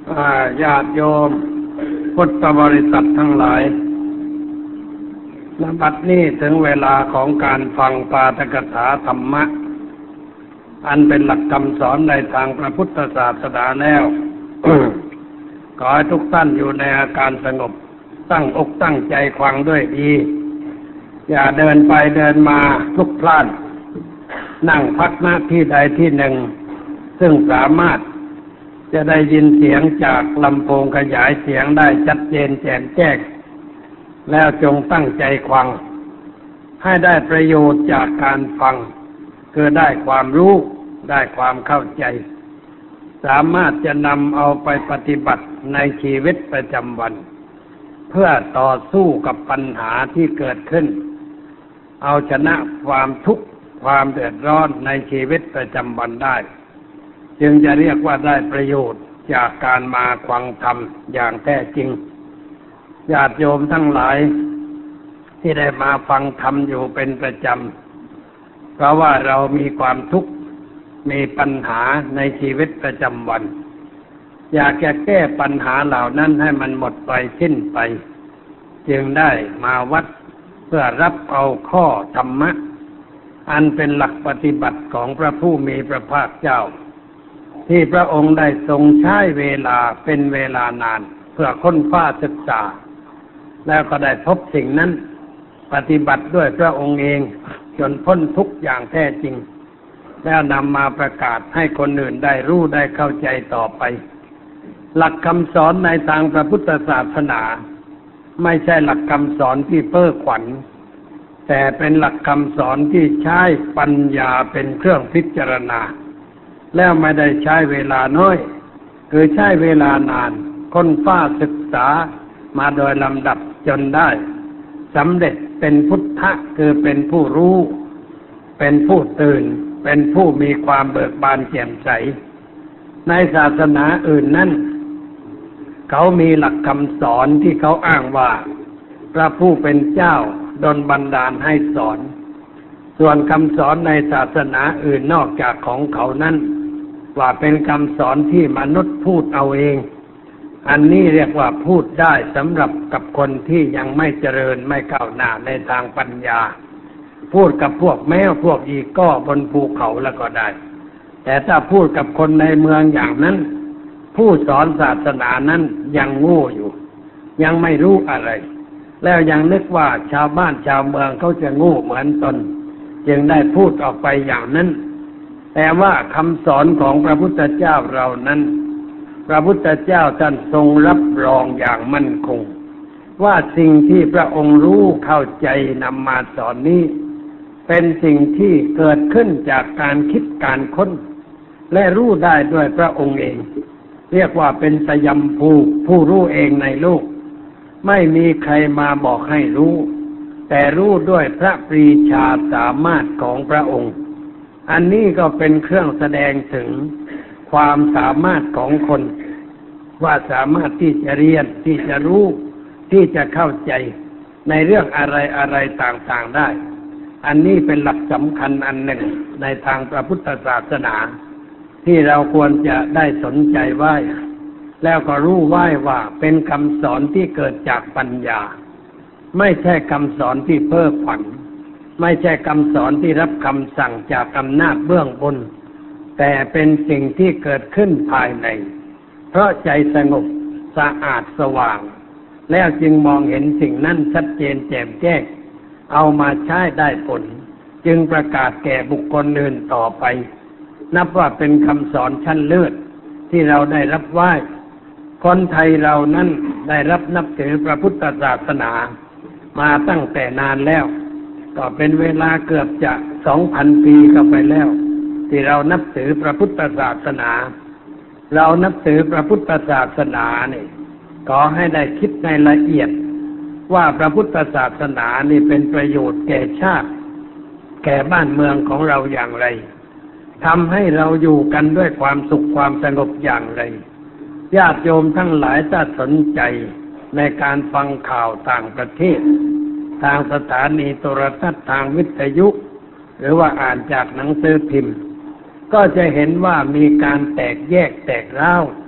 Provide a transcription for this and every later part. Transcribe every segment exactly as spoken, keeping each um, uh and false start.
ญาติโยมพุทธบริษัททั้งหลายณ บัดนี้ถึงเวลาของการฟังปาฐกถาธรรมะอันเป็นหลักคำสอนในทางพระพุทธศาสนาแล้ว ขอให้ทุกท่านอยู่ในอาการสงบตั้งอกตั้งใจฟังด้วยดีอย่าเดินไปเดินมาพลุกพล่านนั่งพักณที่ใดที่หนึ่งซึ่งสามารถจะได้ยินเสียงจากลำโพงขยายเสียงได้ชัดเจนแจ่มแจ้งแล้วจงตั้งใจฟังให้ได้ประโยชน์จากการฟังคือได้ความรู้ได้ความเข้าใจสามารถจะนำเอาไปปฏิบัติในชีวิตประจำวันเพื่อต่อสู้กับปัญหาที่เกิดขึ้นเอาชนะความทุกข์ความเดือดร้อนในชีวิตประจำวันได้จึงจะเรียกว่าได้ประโยชน์จากการมาฟังธรรมอย่างแท้จริงญาติโยมทั้งหลายที่ได้มาฟังธรรมอยู่เป็นประจำเพราะว่าเรามีความทุกข์มีปัญหาในชีวิตประจำวันอยากจะแก้ปัญหาเหล่านั้นให้มันหมดไปสิ้นไปจึงได้มาวัดเพื่อรับเอาข้อธรรมะอันเป็นหลักปฏิบัติของพระผู้มีพระภาคเจ้าที่พระองค์ได้ทรงใช้เวลาเป็นเวลานานเพื่อค้นคว้าศึกษาแล้วก็ได้พบสิ่งนั้นปฏิบัติด้วยพระองค์เองจนพ้นทุกข์อย่างแท้จริงแล้วนำมาประกาศให้คนอื่นได้รู้ได้เข้าใจต่อไปหลักคำสอนในทางพระพุทธศาสนาไม่ใช่หลักคำสอนที่เพ้อขวัญแต่เป็นหลักคำสอนที่ใช้ปัญญาเป็นเครื่องพิจารณาแล้วไม่ได้ใช้เวลาน้อยคือใช้เวลานานค้นคว้าศึกษามาโดยลำดับจนได้สำเร็จเป็นพุทธะคือเป็นผู้รู้เป็นผู้ตื่นเป็นผู้มีความเบิกบานแจ่มใสในศาสนาอื่นนั้นเขามีหลักคำสอนที่เขาอ้างว่าพระผู้เป็นเจ้าดลบันดาลให้สอนส่วนคำสอนในศาสนาอื่นนอกจากของเขานั้นว่าเป็นคำสอนที่มนุษย์พูดเอาเองอันนี้เรียกว่าพูดได้สำหรับกับคนที่ยังไม่เจริญไม่ก้าวหน้าในทางปัญญาพูดกับพวกแมวพวกอีก้อบนภูเขาแล้วก็ได้แต่ถ้าพูดกับคนในเมืองอย่างนั้นผู้สอนศาสนานั้นยังโง่อยู่ยังไม่รู้อะไรแล้วยังนึกว่าชาวบ้านชาวเมืองเขาจะโง่เหมือนตนจึงได้พูดออกไปอย่างนั้นแต่ว่าคำสอนของพระพุทธเจ้าเรานั้นพระพุทธเจ้าท่านทรงรับรองอย่างมั่นคงว่าสิ่งที่พระองค์รู้เข้าใจนำมาสอนนี้เป็นสิ่งที่เกิดขึ้นจากการคิดการค้นและรู้ได้ด้วยพระองค์เองเรียกว่าเป็นสยัมภูผู้รู้เองในโลกไม่มีใครมาบอกให้รู้แต่รู้ด้วยพระปรีชาสามารถของพระองค์อันนี้ก็เป็นเครื่องแสดงถึงความสามารถของคนว่าสามารถที่จะเรียนที่จะรู้ที่จะเข้าใจในเรื่องอะไรอะไรต่างๆได้อันนี้เป็นหลักสำคัญอันหนึ่งในทางพระพุทธศาสนาที่เราควรจะได้สนใจไว้แล้วก็รู้ไว้ว่าเป็นคำสอนที่เกิดจากปัญญาไม่ใช่คำสอนที่เพ้อฝันไม่ใช่คำสอนที่รับคำสั่งจากอำนาจเบื้องบนแต่เป็นสิ่งที่เกิดขึ้นภายในเพราะใจสงบสะอาดสว่างแล้วจึงมองเห็นสิ่งนั้นชัดเจนแจ่มแจ้งเอามาใช้ได้ผลจึงประกาศแก่บุคคลอื่นต่อไปนับว่าเป็นคำสอนชั้นเลิศที่เราได้รับไหว้คนไทยเรานั้นได้รับนับถือพระพุทธศาสนามาตั้งแต่นานแล้วก็เป็นเวลาเกือบจะ สองพัน ปีก็ไปแล้วที่เรานับถือพระพุทธศาสนาเรานับถือพระพุทธศาสนานี่ขอให้ได้คิดในละเอียดว่าพระพุทธศาสนานี่เป็นประโยชน์แก่ชาติแก่บ้านเมืองของเราอย่างไรทำให้เราอยู่กันด้วยความสุขความสงบอย่างไรญาติโยมทั้งหลายถ้าสนใจในการฟังข่าวต่างประเทศทางสถานีโทรทัศน์ทางวิทยุหรือว่าอ่านจากหนังสือพิมพ์ก็จะเห็นว่ามีการแตกแยกแตกร้าว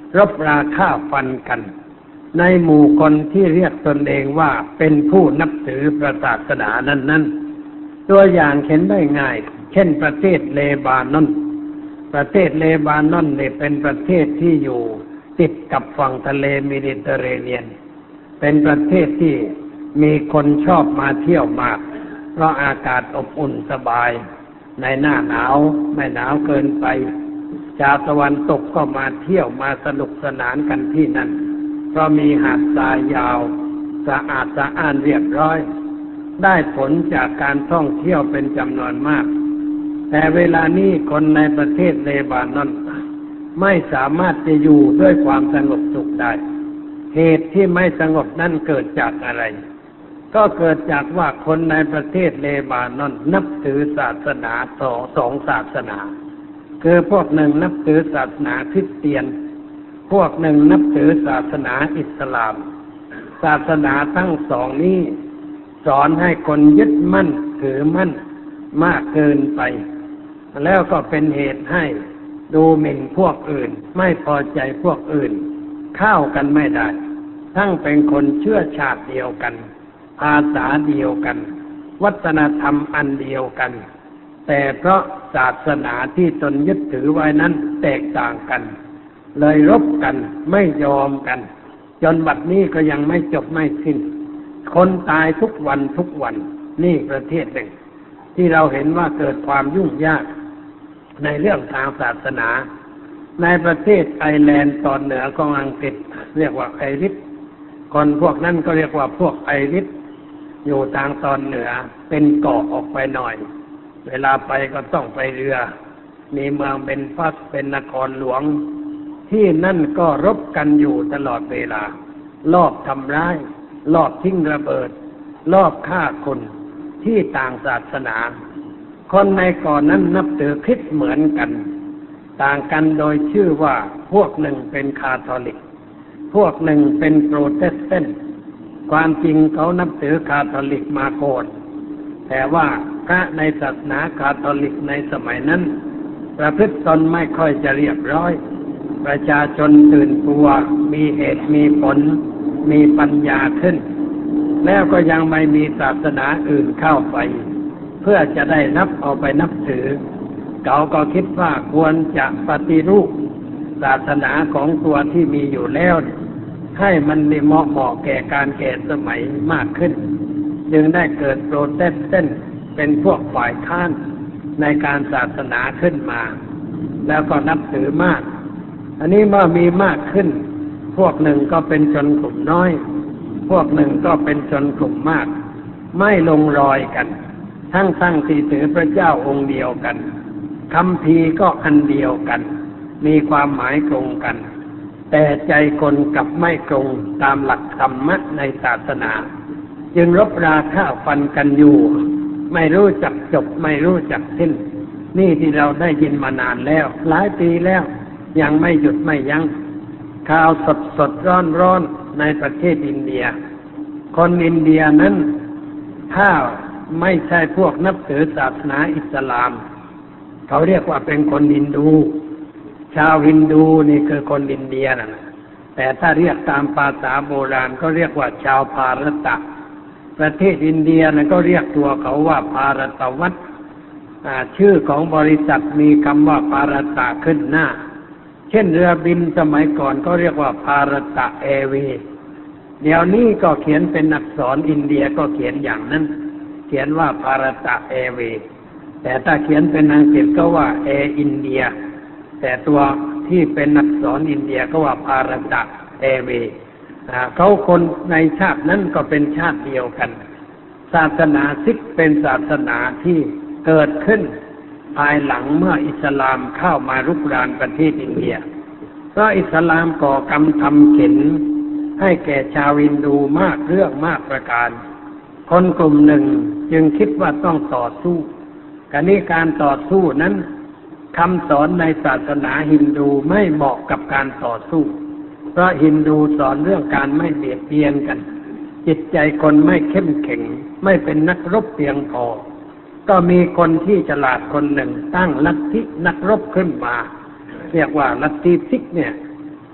รบราฆ่าฟันกันในหมู่คนที่เรียกตนเองว่าเป็นผู้นับถือพระศาสนานั้นๆตัวอย่างเห็นได้ง่ายเช่นประเทศเลบานอนประเทศเลบานอนเนี่ยเป็นประเทศที่อยู่ติดกับฝั่งทะเลเมดิเตอร์เรเนียนเป็นประเทศที่มีคนชอบมาเที่ยวมากเพราะอากาศอบอุ่นสบายในหน้าหนาวไม่หนาวเกินไปชาวตะวันตกก็มาเที่ยวมาสนุกสนานกันที่นั่นเพราะมีหาดทรายยาวสะอาดสะอ้านเรียบร้อยได้ผลจากการท่องเที่ยวเป็นจำนวนมากแต่เวลานี้คนในประเทศเลบานอนไม่สามารถจะอยู่ด้วยความสงบสุขได้เหตุที่ไม่สงบนั้นเกิดจากอะไรก็เกิดจากว่าคนในประเทศเลบานอนนับถือศาสนาสองสองศาสนาคือพวกหนึ่งนับถือศาสนาคริสเตียนพวกหนึ่งนับถือศาสนาอิสลามศาสนาทั้งสองนี้สอนให้คนยึดมั่นถือมั่นมากเกินไปแล้วก็เป็นเหตุให้ดูหมิ่นพวกอื่นไม่พอใจพวกอื่นเข้ากันไม่ได้ทั้งเป็นคนเชื้อชาติเดียวกันภาษาเดียวกันวัฒนธรรมอันเดียวกันแต่เพราะศาสนาที่ตนยึดถือไว้นั้นแตกต่างกันเลยรบกันไม่ยอมกันจนบัดนี้ก็ยังไม่จบไม่สิ้นคนตายทุกวันทุกวันนี่ประเทศหนึ่งที่เราเห็นว่าเกิดความยุ่งยากในเรื่องทางศาสนาในประเทศไอร์แลนด์ตอนเหนือของอังกฤษเรียกว่าไอริชคนพวกนั้นก็เรียกว่าพวกไอริชอยู่ทางตอนเหนือเป็นเกาะออกไปหน่อยเวลาไปก็ต้องไปเรือมีเมืองเป็นฟัสเป็นนครหลวงที่นั่นก็รบกันอยู่ตลอดเวลาลอบทำร้ายลอบทิ้งระเบิดลอบฆ่าคนที่ต่างศาสนาคนในเกาะนั้นนับถือคริสต์เหมือนกันต่างกันโดยชื่อว่าพวกหนึ่งเป็นคาทอลิกพวกหนึ่งเป็นโปรเตสแตนต์ความจริงเขานับถือคาทอลิกมาก่อนแต่ว่าพระในศาสนาคาทอลิกในสมัยนั้นประพฤติตนไม่ค่อยจะเรียบร้อยประชาชนตื่นตัวมีเหตุมีผลมีปัญญาขึ้นแล้วก็ยังไม่มีศาสนาอื่นเข้าไปเพื่อจะได้นับเอาไปนับถือเขาก็คิดว่าควรจะปฏิรูปศาสนาของตัวที่มีอยู่แล้วให้มันได้เหมาะเหมาะแก่การแก่สมัยมากขึ้นจึงได้เกิดโปรเตสแตนต์เป็นพวกฝ่ายค้านในการศาสนาขึ้นมาแล้วก็นับถือมากอันนี้เมื่อมีมากขึ้นพวกหนึ่งก็เป็นชนกลุ่มน้อยพวกหนึ่งก็เป็นชนกลุ่มมากไม่ลงรอยกันทั้งทั้งที่ถือพระเจ้าองค์เดียวกันคัมภีร์ก็อันเดียวกันมีความหมายตรงกันแต่ใจคนกลับไม่ตรงตามหลักธรรมะในศาสนาจึงรบราฆ่าฟันกันอยู่ไม่รู้จักจบไม่รู้จักสิ้นนี่ที่เราได้ยินมานานแล้วหลายปีแล้วยังไม่หยุดไม่ยัง้งข่าวสดสดร้อนร้อนในประเทศอินเดียคนอินเดียนั้นถ้าไม่ใช่พวกนับถือศาสนาอิสลามเขาเรียกว่าเป็นคนฮินดูชาวฮินดูนี่คือคนอินเดียนะแต่ถ้าเรียกตามภาษาโบราณก็เรียกว่าชาวภารตะประเทศอินเดียนะก็เรียกตัวเขาว่าภารตวัตชื่อของบริษัทมีคำว่าภารตะขึ้นหน้าเช่นเรือบินสมัยก่อนก็เรียกว่าภารตะแอร์เวย์เดี๋ยวนี้ก็เขียนเป็นอักษรอินเดียก็เขียนอย่างนั้นเขียนว่าภารตะแอร์เวย์แต่ถ้าเขียนเป็นอังกฤษก็ว่าแอร์อินเดียแต่ตัวที่เป็นอักษรอินเดียก็ว่าภารตะแอร์เวย์เขาคนในชาตินั้นก็เป็นชาติเดียวกันศาสนาซิกเป็นศาสนาที่เกิดขึ้นภายหลังเมื่ออิสลามเข้ามารุกรานประเทศอินเดียเพราะอิสลามก่อกรรมทำเข็ญให้แก่ชาวฮินดูมากเรื่องมากประการคนกลุ่มหนึ่งจึงคิดว่าต้องต่อสู้การนี้การต่อสู้นั้นคำสอนในศาสนาฮินดูไม่เหมาะกับการต่อสู้เพราะฮินดูสอนเรื่องการไม่เบียดเบียนกันจิตใจคนไม่เข้มแข็งไม่เป็นนักรบเพียงพอก็มีคนที่ฉลาดคนหนึ่งตั้งลัทธินักรบขึ้นมาเรียกว่าลัทธิซิกเนี่ย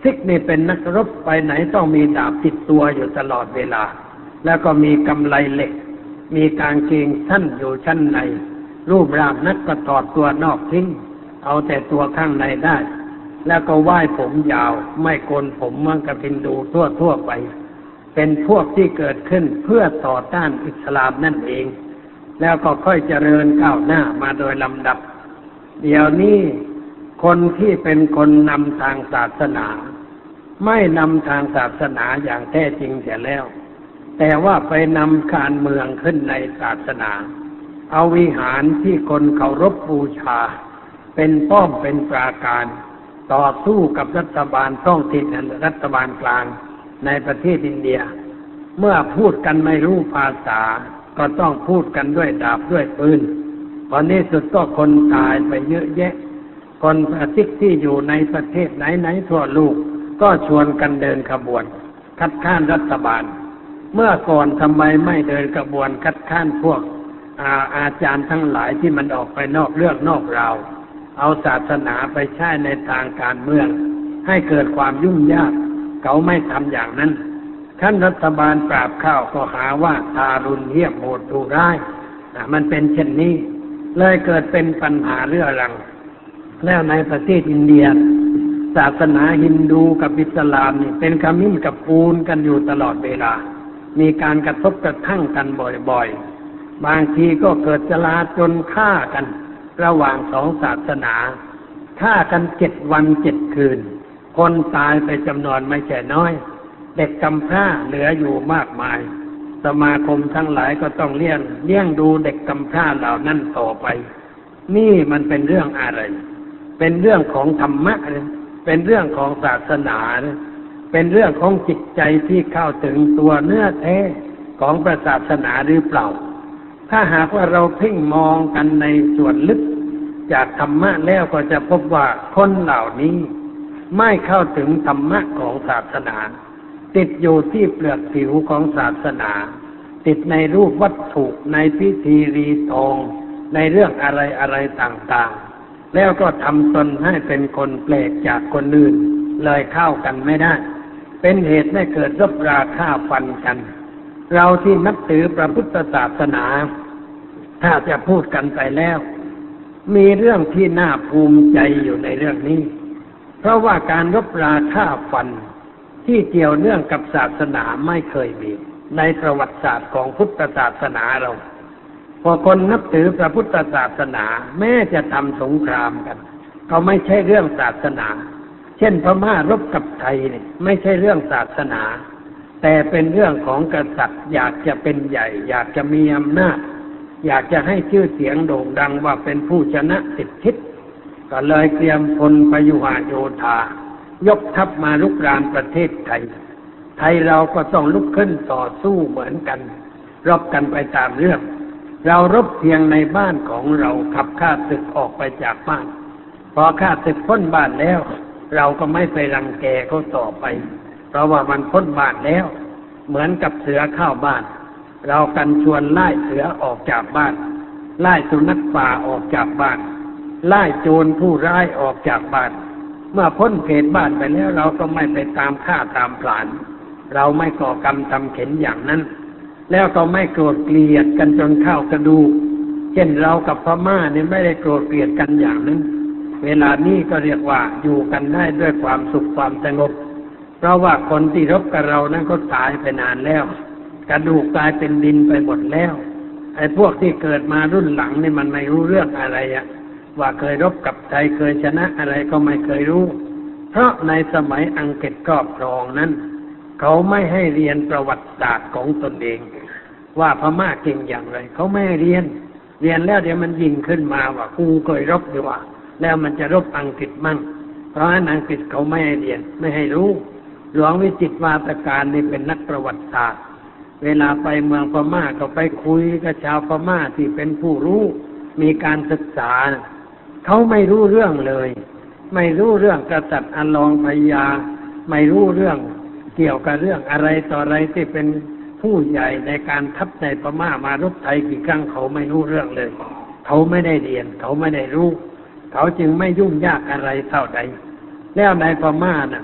ซิกนี่เป็นนักรบไปไหนต้องมีดาบติดตัวอยู่ตลอดเวลาแล้วก็มีกำไลเหล็กมีกางเกงสั้นอยู่ชั้นในรูปร่างนักก็ถอดตัวนอกทิ้งเอาแต่ตัวข้างในได้แล้วก็ไหว้ผมยาวไม่โกนผมเหมือนกับฮินดูทั่วทั่วไปเป็นพวกที่เกิดขึ้นเพื่อต่อต้านอิสลามนั่นเองแล้วก็ค่อยเจริญก้าวหน้ามาโดยลำดับเดี๋ยวนี้คนที่เป็นคนนำทางศาสนาไม่นำทางศาสนาอย่างแท้จริงเสียแล้วแต่ว่าไปนำการเมืองขึ้นในศาสนาเอาวิหารที่คนเคารพบูชาเป็นป้อมเป็นปราการต่อสู้กับรัฐบาลท้องถิ่นและรัฐบาลกลางในประเทศอินเดียเมื่อพูดกันไม่รู้ภาษาก็ต้องพูดกันด้วยดาบด้วยปืนตอนนี้สุดก็คนตายไปเยอะแยะคนประเทศที่อยู่ในประเทศไหนๆทั่วโลกก็ชวนกันเดินขบวนคัดค้านรัฐบาลเมื่อก่อนทำไมไม่เดินขบวนคัดค้านพวกอาอาจารย์ทั้งหลายที่มันออกไปนอกเรื่องนอกราวเอาศาสนาไปใช้ในทางการเมืองให้เกิดความยุ่งยากเขาไม่ทำอย่างนั้นท่านรัฐบาลปราบข้าวก็หาว่าทารุณเหี้ยมโหดดุร้ายมันเป็นเช่นนี้เลยเกิดเป็นปัญหาเรื้อรังแล้วในประเทศอินเดียศาสนาฮินดูกับอิสลามนี่เป็นขมิ้นกับปูนกันอยู่ตลอดเวลามีการกระทบกระทั่งกันบ่อยๆบางทีก็เกิดจลาจลฆ่ากันระหว่างสองศาสนาฆ่ากันเจ็ดวันเจ็ดคืนคนตายไปจำนวนไม่ใช่น้อยเด็กกำพร้าเหลืออยู่มากมายสมาคมทั้งหลายก็ต้องเลี้ยงเลี้ยงดูเด็กกำพร้าเหล่านั้นต่อไปนี่มันเป็นเรื่องอะไรเป็นเรื่องของธรรมะเป็นเรื่องของศาสนาเป็นเรื่องของจิตใจที่เข้าถึงตัวเนื้อแท้ของพระศาสนาหรือเปล่าถ้าหากว่าเราเพ่งมองกันในส่วนลึกจากธรรมะแล้วก็จะพบว่าคนเหล่านี้ไม่เข้าถึงธรรมะของศาสนาติดอยู่ที่เปลือกผิวของศาสนาติดในรูปวัตถุในพิธีรีตองในเรื่องอะไรอะไรต่างๆแล้วก็ทำตนให้เป็นคนแปลกจากคนอื่นเลยเข้ากันไม่ได้เป็นเหตุให้เกิดรบราฆ่าฟันกันเราที่นับถือพระพุทธศาสนาถ้าจะพูดกันไปแล้วมีเรื่องที่น่าภูมิใจอยู่ในเรื่องนี้เพราะว่าการรบราฆ่าฟันที่เกี่ยวเนื่องกับศาสนาไม่เคยมีในประวัติศาสตร์ของพุทธศาสนาเราพอคนนับถือพระพุทธศาสนาแม้จะทำสงครามกันก็ไม่ใช่เรื่องศาสนาเช่นพม่ารบกับไทยนี่ไม่ใช่เรื่องศาสนาแต่เป็นเรื่องของกษัตริย์อยากจะเป็นใหญ่อยากจะมีอำนาจอยากจะให้ชื่อเสียงโด่งดังว่าเป็นผู้ชนะสิบทิศก็เลยเตรียมพลพยุหโยธายกทัพมารุกรานประเทศไทยไทยเราก็ต้องลุกขึ้นต่อสู้เหมือนกันรบกันไปตามเรื่องเรารบเพียงในบ้านของเราขับข้าศึกออกไปจากบ้านพอข้าศึกพ้นบ้านแล้วเราก็ไม่ไปรังแกเขาต่อไปเพราะว่ามันพ้นบ้านแล้วเหมือนกับเสือเข้าบ้านเรากันชวนไล่เสือออกจากบ้านไล่สุนัขป่าออกจากบ้านไล่โจรผู้ร้ายออกจากบ้านเมื่อพ้นเขตบ้านไปแล้วเราก็ไม่ไปตามฆ่าตามผลาญเราไม่ก่อกรรมทำเข็ญอย่างนั้นแล้วก็ไม่โกรธเกลียดกันจนเข้ากระดูกเช่นเรากับพม่าเนี่ยไม่ได้โกรธเกลียดกันอย่างนั้นเวลานี้ก็เรียกว่าอยู่กันได้ด้วยความสุขความสงบเพราะว่าคนที่รบกับเรานั้นก็ตายไปนานแล้วกระดูกกลายเป็นดินไปหมดแล้วไอ้พวกที่เกิดมารุ่นหลังนี่มันไม่รู้เรื่องอะไรอะว่าเคยรบกับไทยเคยชนะอะไรก็ไม่เคยรู้เพราะในสมัยอังกฤษครอบครองนั้นเขาไม่ให้เรียนประวัติศาสตร์ของตนเองว่าพม่าเก่งอย่างไรเขาไม่ให้เรียนเรียนแล้วเดี๋ยวมันยิงขึ้นมาว่ากูเคยรบดีว่าแล้วมันจะรบอังกฤษมั่งเพราะฉะนั้นอังกฤษเขาไม่ให้เรียนไม่ให้รู้หลวงวิจิตรวาทการนี่เป็นนักประวัติศาสตร์เวลาไปเมืองพม่าก็ไปคุยกับชาวพม่าที่เป็นผู้รู้มีการศึกษาเขาไม่รู้เรื่องเลยไม่รู้เรื่องกษัตริย์อลองพญาไม่รู้เรื่องเกี่ยวกับเรื่องอะไรต่ออะไรที่เป็นผู้ใหญ่ในการทัพในพม่ามารบไทยกี่ครั้งเขาไม่รู้เรื่องเลยเขาไม่ได้เรียนเขาไม่ได้รู้เขาจึงไม่ยุ่งยากอะไรเท่าใดแล้วในพม่าน่ะ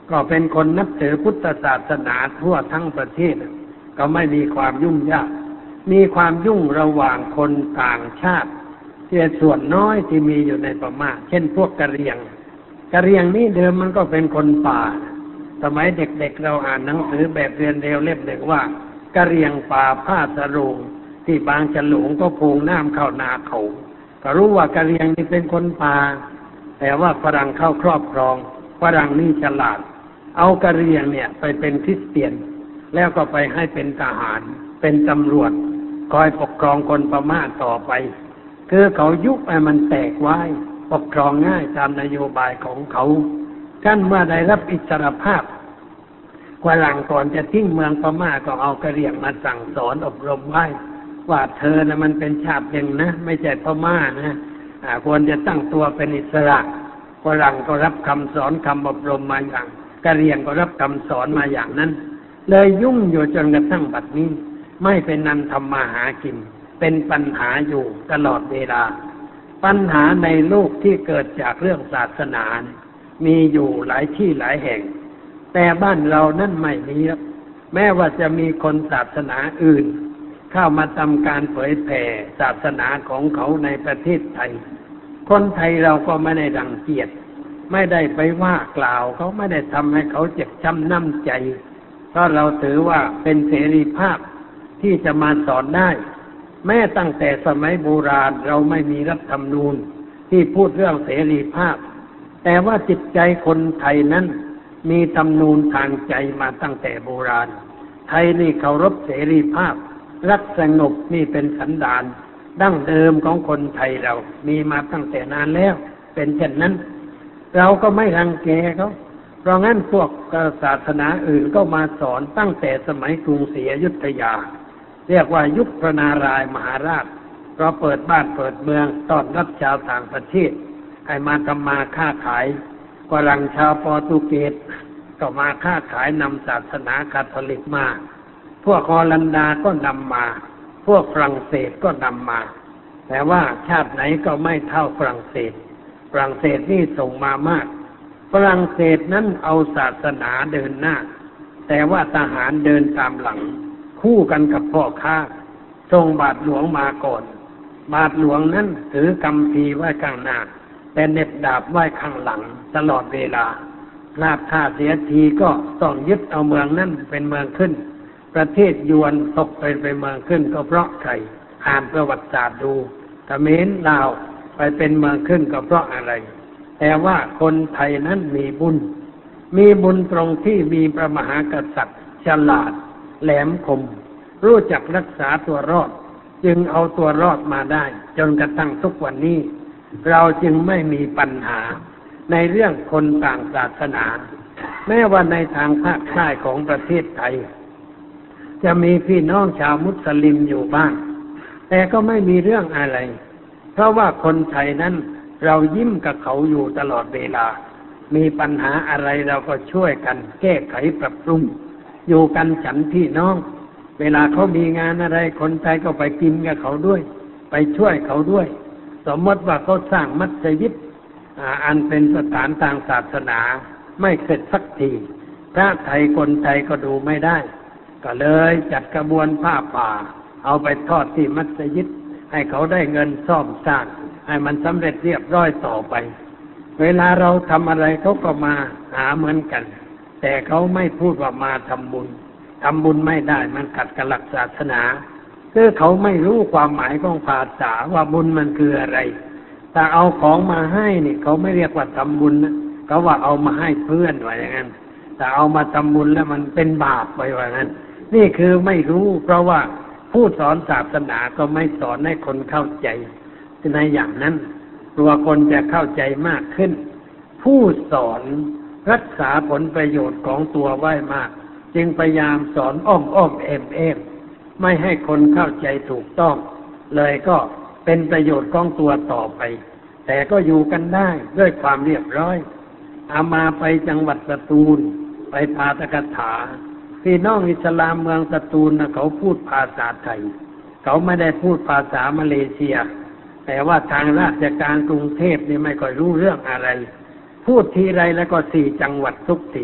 ก็เป็นคนนับถือพุทธศาสนาทั่วทั้งประเทศก็ไม่มีความยุ่งยากมีความยุ่งระหว่างคนต่างชาติที่ส่วนน้อยที่มีอยู่ในพม่าเช่นพวกกะเหรี่ยงกะเหรี่ยงนี่เดิมมันก็เป็นคนป่าสมัยเด็กๆ เเราอ่านหนังสือแบบเรียนเร็วเล่มหนึ่งว่ากะเหรี่ยงป่าผ้าสะโรงที่บางฉลงก็โพงน้ำเข้านาเขาก็รู้ว่ากะเหรี่ยงนี่เป็นคนป่าแต่ว่าฝรั่งเข้าครอบครองฝรั่งนี่ฉลาดเอากะเหรี่ยงเนี่ยไปเป็นคริสเตียนแล้วก็ไปให้เป็นทหารเป็นตำรวจคอยปกครองคนพม่าต่อไปคือเขายุบให้มันแตกไว้ปกครองง่ายตามนโยบายของเขาขั้นเมื่อได้รับอิสรภาพฝรั่งก่อนจะทิ้งเมืองพม่าก็เอากะเหรี่ยงมาสั่งสอนอบรมไว้ว่าเธอนะมันเป็นชาติหนึ่งนะไม่ใช่พม่านะควรจะตั้งตัวเป็นอิสระฝรั่งก็รับคำสอนคำอบรมมาอย่างกะเหรี่ยงก็รับคำสอนมาอย่างนั้นเลยยุ่งอยู่จนกระทั่งบัดนี้ไม่เป็นนันทำมาหากินเป็นปัญหาอยู่ตลอดเวลาปัญหาในโลกที่เกิดจากเรื่องศาสนามีอยู่หลายที่หลายแห่งแต่บ้านเรานั่นไม่มีครับแม้ว่าจะมีคนศาสนาอื่นเข้ามาทำการเผยแผ่ศาสนาของเขาในประเทศไทยคนไทยเราก็ไม่ได้รังเกียจไม่ได้ไปว่ากล่าวเขาไม่ได้ทำให้เขาเจ็บช้ำน้ำใจเพราะเราถือว่าเป็นเสรีภาพที่จะมาสอนได้แม้ตั้งแต่สมัยโบราณเราไม่มีรัฐธรรมนูญที่พูดเรื่องเสรีภาพแต่ว่าจิตใจคนไทยนั้นมีธรรมนูญทางใจมาตั้งแต่โบราณไทยนี่เคารพเสรีภาพรักสงบนี่เป็นสันดานดั้งเดิมของคนไทยเรามีมาตั้งแต่นานแล้วเป็นเช่นนั้นเราก็ไม่รังแกเขาเพราะงั้นพวกศาสนาอื่นก็มาสอนตั้งแต่สมัยกรุงศรีอยุธยาเรียกว่ายุคพระนารายณ์มหาราชเราเปิดบ้านเปิดเมืองต้อนรับชาวต่างประเทศให้มาทำมาค้าขายฝรั่งชาวโปรตุเกสก็มาค้าขายนำศาสนาคาทอลิกมาพวกฮอลันดาก็นำมาพวกฝรั่งเศสก็นำมาแต่ว่าชาติไหนก็ไม่เท่าฝรั่งเศสฝรั่งเศสนี่ส่งมามากฝรั่งเศสนั้นเอาศาสนาเดินหน้าแต่ว่าทหารเดินตามหลังคู่กันกับพ่อค้าส่งบาทหลวงมาก่อนบาทหลวงนั้นถือคัมภีร์ไว้ข้างหน้าแต่เหน็บดาบไว้ข้างหลังตลอดเวลาพลาดท่าเสียทีก็ต้องยึดเอาเมืองนั้นเป็นเมืองขึ้นประเทศยวนตกไปเป็นเมืองขึ้นก็เพราะใครอ่านประวัติศาสตร์ดูเขมรลาวไปเป็นเมืองขึ้นก็เพราะอะไรแต่ว่าคนไทยนั้นมีบุญมีบุญตรงที่มีพระมหากษัตริย์ฉลาดแหลมคมรู้จักรักษาตัวรอดจึงเอาตัวรอดมาได้จนกระทั่งทุกวันนี้เราจึงไม่มีปัญหาในเรื่องคนต่างศาสนาแม้ว่าในทางภาคใต้ของประเทศไทยจะมีพี่น้องชาวมุสลิมอยู่บ้างแต่ก็ไม่มีเรื่องอะไรเพราะว่าคนไทยนั้นเรายิ้มกับเขาอยู่ตลอดเวลามีปัญหาอะไรเราก็ช่วยกันแก้ไขปรับปรุงอยู่กันฉันพี่น้องเวลาเขามีงานอะไรคนไทยก็ไปกินกับเขาด้วยไปช่วยเขาด้วยสมมติว่าเขาสร้างมัสยิดอันเป็นสถานทางศาสนาไม่เสร็จสักทีพระไทยคนไทยก็ดูไม่ได้ก็เลยจัดกระบวนผ้าป่าเอาไปทอดที่มัสยิดให้เขาได้เงินซ่อมสร้างให้มันสำเร็จเรียบร้อยต่อไปเวลาเราทำอะไรเขาก็มาหาเหมือนกันแต่เขาไม่พูดว่ามาทำบุญทำบุญไม่ได้มันขัดกับหลักศาสนาคือเขาไม่รู้ความหมายของภาษาว่าบุญมันคืออะไรแต่เอาของมาให้นี่เขาไม่เรียกว่าทำบุญนะเขาว่าเอามาให้เพื่อนว่าอย่างนั้นแต่เอามาทำบุญแล้วมันเป็นบาปไปว่างั้นนี่คือไม่รู้เพราะว่าผู้สอนศาสนาก็ไม่สอนให้คนเข้าใจในอย่างนั้นตัวคนจะเข้าใจมากขึ้นผู้สอนรักษาผลประโยชน์ของตัวไว้มากจึงพยายามสอนอ้อมอ้อมเอ็มเอ็มไม่ให้คนเข้าใจถูกต้องเลยก็เป็นประโยชน์ของตัวต่อไปแต่ก็อยู่กันได้ด้วยความเรียบร้อยอามาไปจังหวัดสตูลไปปาฐกถาพี่น้องอิสลามเมืองสตูลนะเขาพูดภาษาไทยเขาไม่ได้พูดภาษามาเลเซียแต่ว่าทางราชการกรุงเทพนี่ไม่ค่อยรู้เรื่องอะไรพูดทีไรแล้วก็สี่จังหวัดทุกที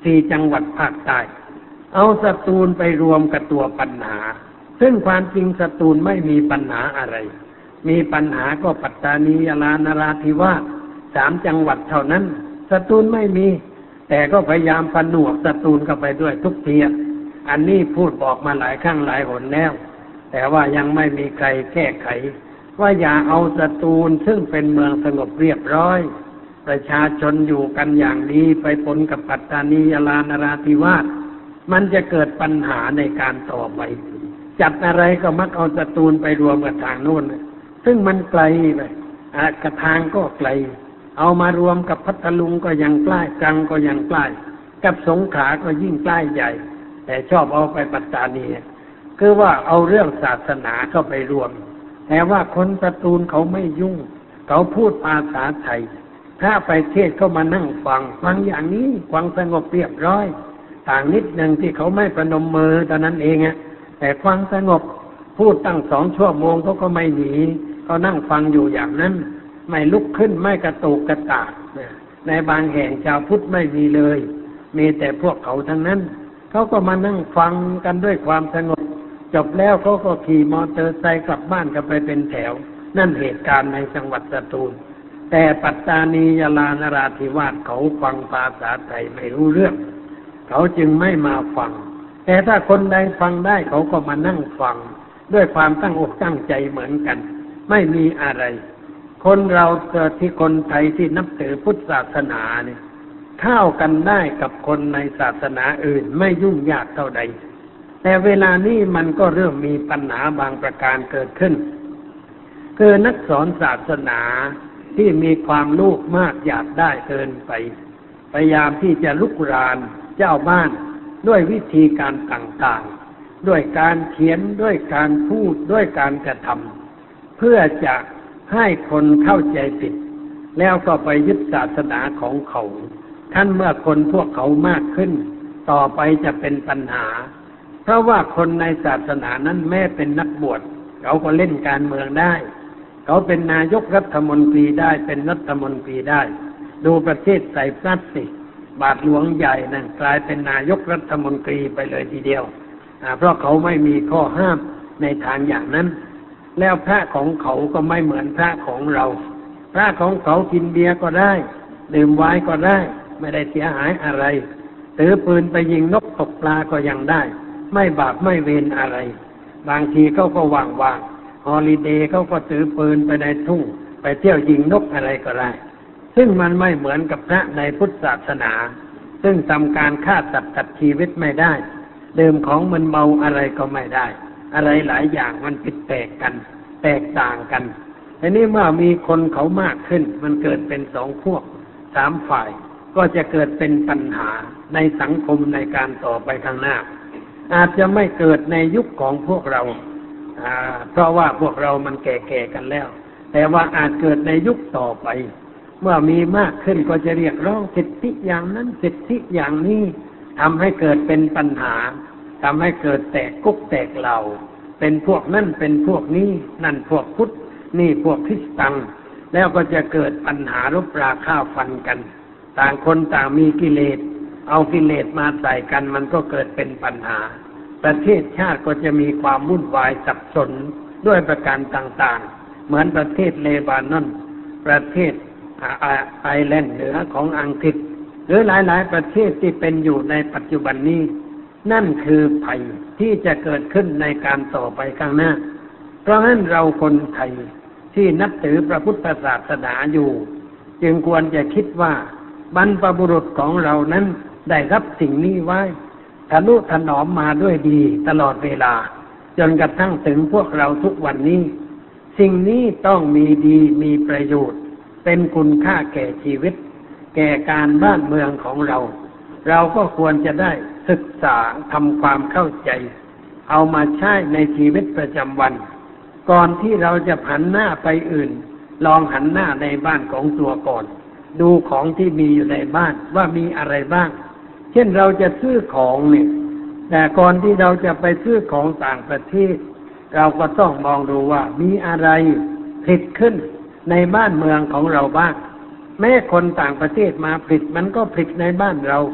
สี่จังหวัดภาคใต้เอาสตูลไปรวมกับตัวปัญหาซึ่งความจริงสตูลไม่มีปัญหาอะไรมีปัญหาก็ปัตตานียะลานราธิวาสสามจังหวัดเท่านั้นสตูลไม่มีแต่ก็พยายามผนวกสตูลเข้าไปด้วยทุกทีอันนี้พูดบอกมาหลายครั้งหลายหนแล้วแต่ว่ายังไม่มีใครแก้ไขว่าอย่าเอาสตูลซึ่งเป็นเมืองสงบเรียบร้อยประชาชนอยู่กันอย่างดีไปปนกับปัตตานียะลานราธิวาสมันจะเกิดปัญหาในการต่อไปจัดอะไรก็มักเอาสตูลไปรวมกับทางโน้นซึ่งมันไกลไปกระทางก็ไกลเอามารวมกับพัทลุงก็ยังใกล้ตรังก็ยังใกล้กับสงขลาก็ยิ่งใกล้ใหญ่แต่ชอบเอาไปปัตตานีคือว่าเอาเรื่องศาสนาเข้าไปรวมแต่ว่าคนสตูลเขาไม่ยุ่งเขาพูดภาษาไทยถ้าไปเทศเขามานั่งฟังฟังอย่างนี้ฟังสงบเรียบร้อยต่างนิดหนึ่งที่เขาไม่ประนมมือตอนนั้นเองอะแต่ฟังสงบพูดตั้งสองชั่วโมงเขาก็ไม่หนีเขานั่งฟังอยู่อย่างนั้นไม่ลุกขึ้นไม่กระตุกกระตากในบางแห่งชาวพุทธไม่มีเลยมีแต่พวกเขาทั้งนั้นเขาก็มานั่งฟังกันด้วยความสงบจบแล้วเขาก็ขี่มอเตอร์ไซค์กลับบ้านกันไปเป็นแถวนั่นเหตุการณ์ในจังหวัดสตูลแต่ปัตตานียะลานราธิวาสเขาฟังภาษาไทยไม่รู้เรื่องเขาจึงไม่มาฟังแต่ถ้าคนใดฟังได้เขาก็มานั่งฟังด้วยความตั้งอกตั้งใจเหมือนกันไม่มีอะไรคนเราเกิดที่คนไทยที่นับถือพุทธศาสนาเนี่ยเข้ากันได้กับคนในศาสนาอื่นไม่ยุ่งยากเท่าใดแต่เวลานี้มันก็เริ่มมีปัญหาบางประการเกิดขึ้นคือนักสอนศาสนาที่มีความลูกมากอยากได้เกินไปพยายามที่จะลุกรานเจ้าบ้านด้วยวิธีการต่างๆด้วยการเขียนด้วยการพูดด้วยการกระทำเพื่อจะให้คนเข้าใจผิดแล้วก็ไปยึดศาสนาของเขาท่านเมื่อคนพวกเขามากขึ้นต่อไปจะเป็นปัญหาเพราะว่าคนในศาสนานั้นแม้เป็นนักบวชเขาก็เล่นการเมืองได้เขาเป็นนายกรัฐมนตรีได้เป็นรัฐมนตรีได้ดูประเทศไซปรัสสิบาทหลวงใหญ่นั่นกลายเป็นนายกรัฐมนตรีไปเลยทีเดียวเพราะเขาไม่มีข้อห้ามในทางอย่างนั้นแล้วพระของเขาก็ไม่เหมือนพระของเราพระของเขากินเบียร์ก็ได้ดื่มไวน์ก็ได้ไม่ได้เสียหายอะไรถือปืนไปยิงนกตกปลาก็ยังได้ไม่บาปไม่เวรอะไรบางทีเขาก็ว่างๆฮอลิเดย์เขาก็ถือปืนไปในทุ่งไปเที่ยวยิงนกอะไรก็ได้ซึ่งมันไม่เหมือนกับพระในพุทธศาสนาซึ่งทำการฆ่าสัตว์ตัดชีวิตไม่ได้ดื่มของมันเมาอะไรก็ไม่ได้อะไรหลายอย่างมันผิดแปลกกันแตกต่างกันทีนี้เมื่อมีคนเขามากขึ้นมันเกิดเป็นสองพวกสามฝ่ายก็จะเกิดเป็นปัญหาในสังคมในการต่อไปข้างหน้าอาจจะไม่เกิดในยุคของพวกเราเพราะว่าพวกเรามันแก่ๆกันแล้วแต่ว่าอาจเกิดในยุคต่อไปเมื่อมีมากขึ้นก็จะเรียกร้องสิทธิอย่างนั้นสิทธิอย่างนี้ทำให้เกิดเป็นปัญหาทำให้เกิดแตกกุ๊กแตกเหล่าเป็นพวกนั่นเป็นพวกนี้นั่นพวกพุทธนี่พวกคริสตังแล้วก็จะเกิดปัญหารบราฆ่าฟันกันต่างคนต่างมีกิเลสเอากิเลสมาใส่กันมันก็เกิดเป็นปัญหาประเทศชาติก็จะมีความวุ่นวายสับสนด้วยประการต่างๆเหมือนประเทศเลบานอนประเทศไอร์แลนด์เหนือของอังกฤษหรือหลายๆประเทศที่เป็นอยู่ในปัจจุบันนี้นั่นคือภัยที่จะเกิดขึ้นในการต่อไปข้างหน้าเพราะฉะนั้นเราคนไทยที่นับถือพระพุทธศาสนาอยู่จึงควรจะคิดว่าบรรพบุรุษของเรานั้นได้รับสิ่งนี้ไว้ทะนุถนอมมาด้วยดีตลอดเวลาจนกระทั่งถึงพวกเราทุกวันนี้สิ่งนี้ต้องมีดีมีประโยชน์เป็นคุณค่าแก่ชีวิตแก่การบ้านเมืองของเราเราก็ควรจะได้ศึกษาทำความเข้าใจเอามาใช้ในชีวิตประจำวันก่อนที่เราจะหันหน้าไปอื่นลองหันหน้าในบ้านของตัวก่อนดูของที่มีอยู่ในบ้านว่ามีอะไรบ้างเช่นเราจะซื้อของเนี่ยแต่ก่อนที่เราจะไปซื้อของต่างประเทศเราก็ต้องมองดูว่ามีอะไรผลิตขึ้นในบ้านเมืองของเราบ้างแม้คนต่างประเทศมาผลิตมันก็ผลิตในบ้านเรา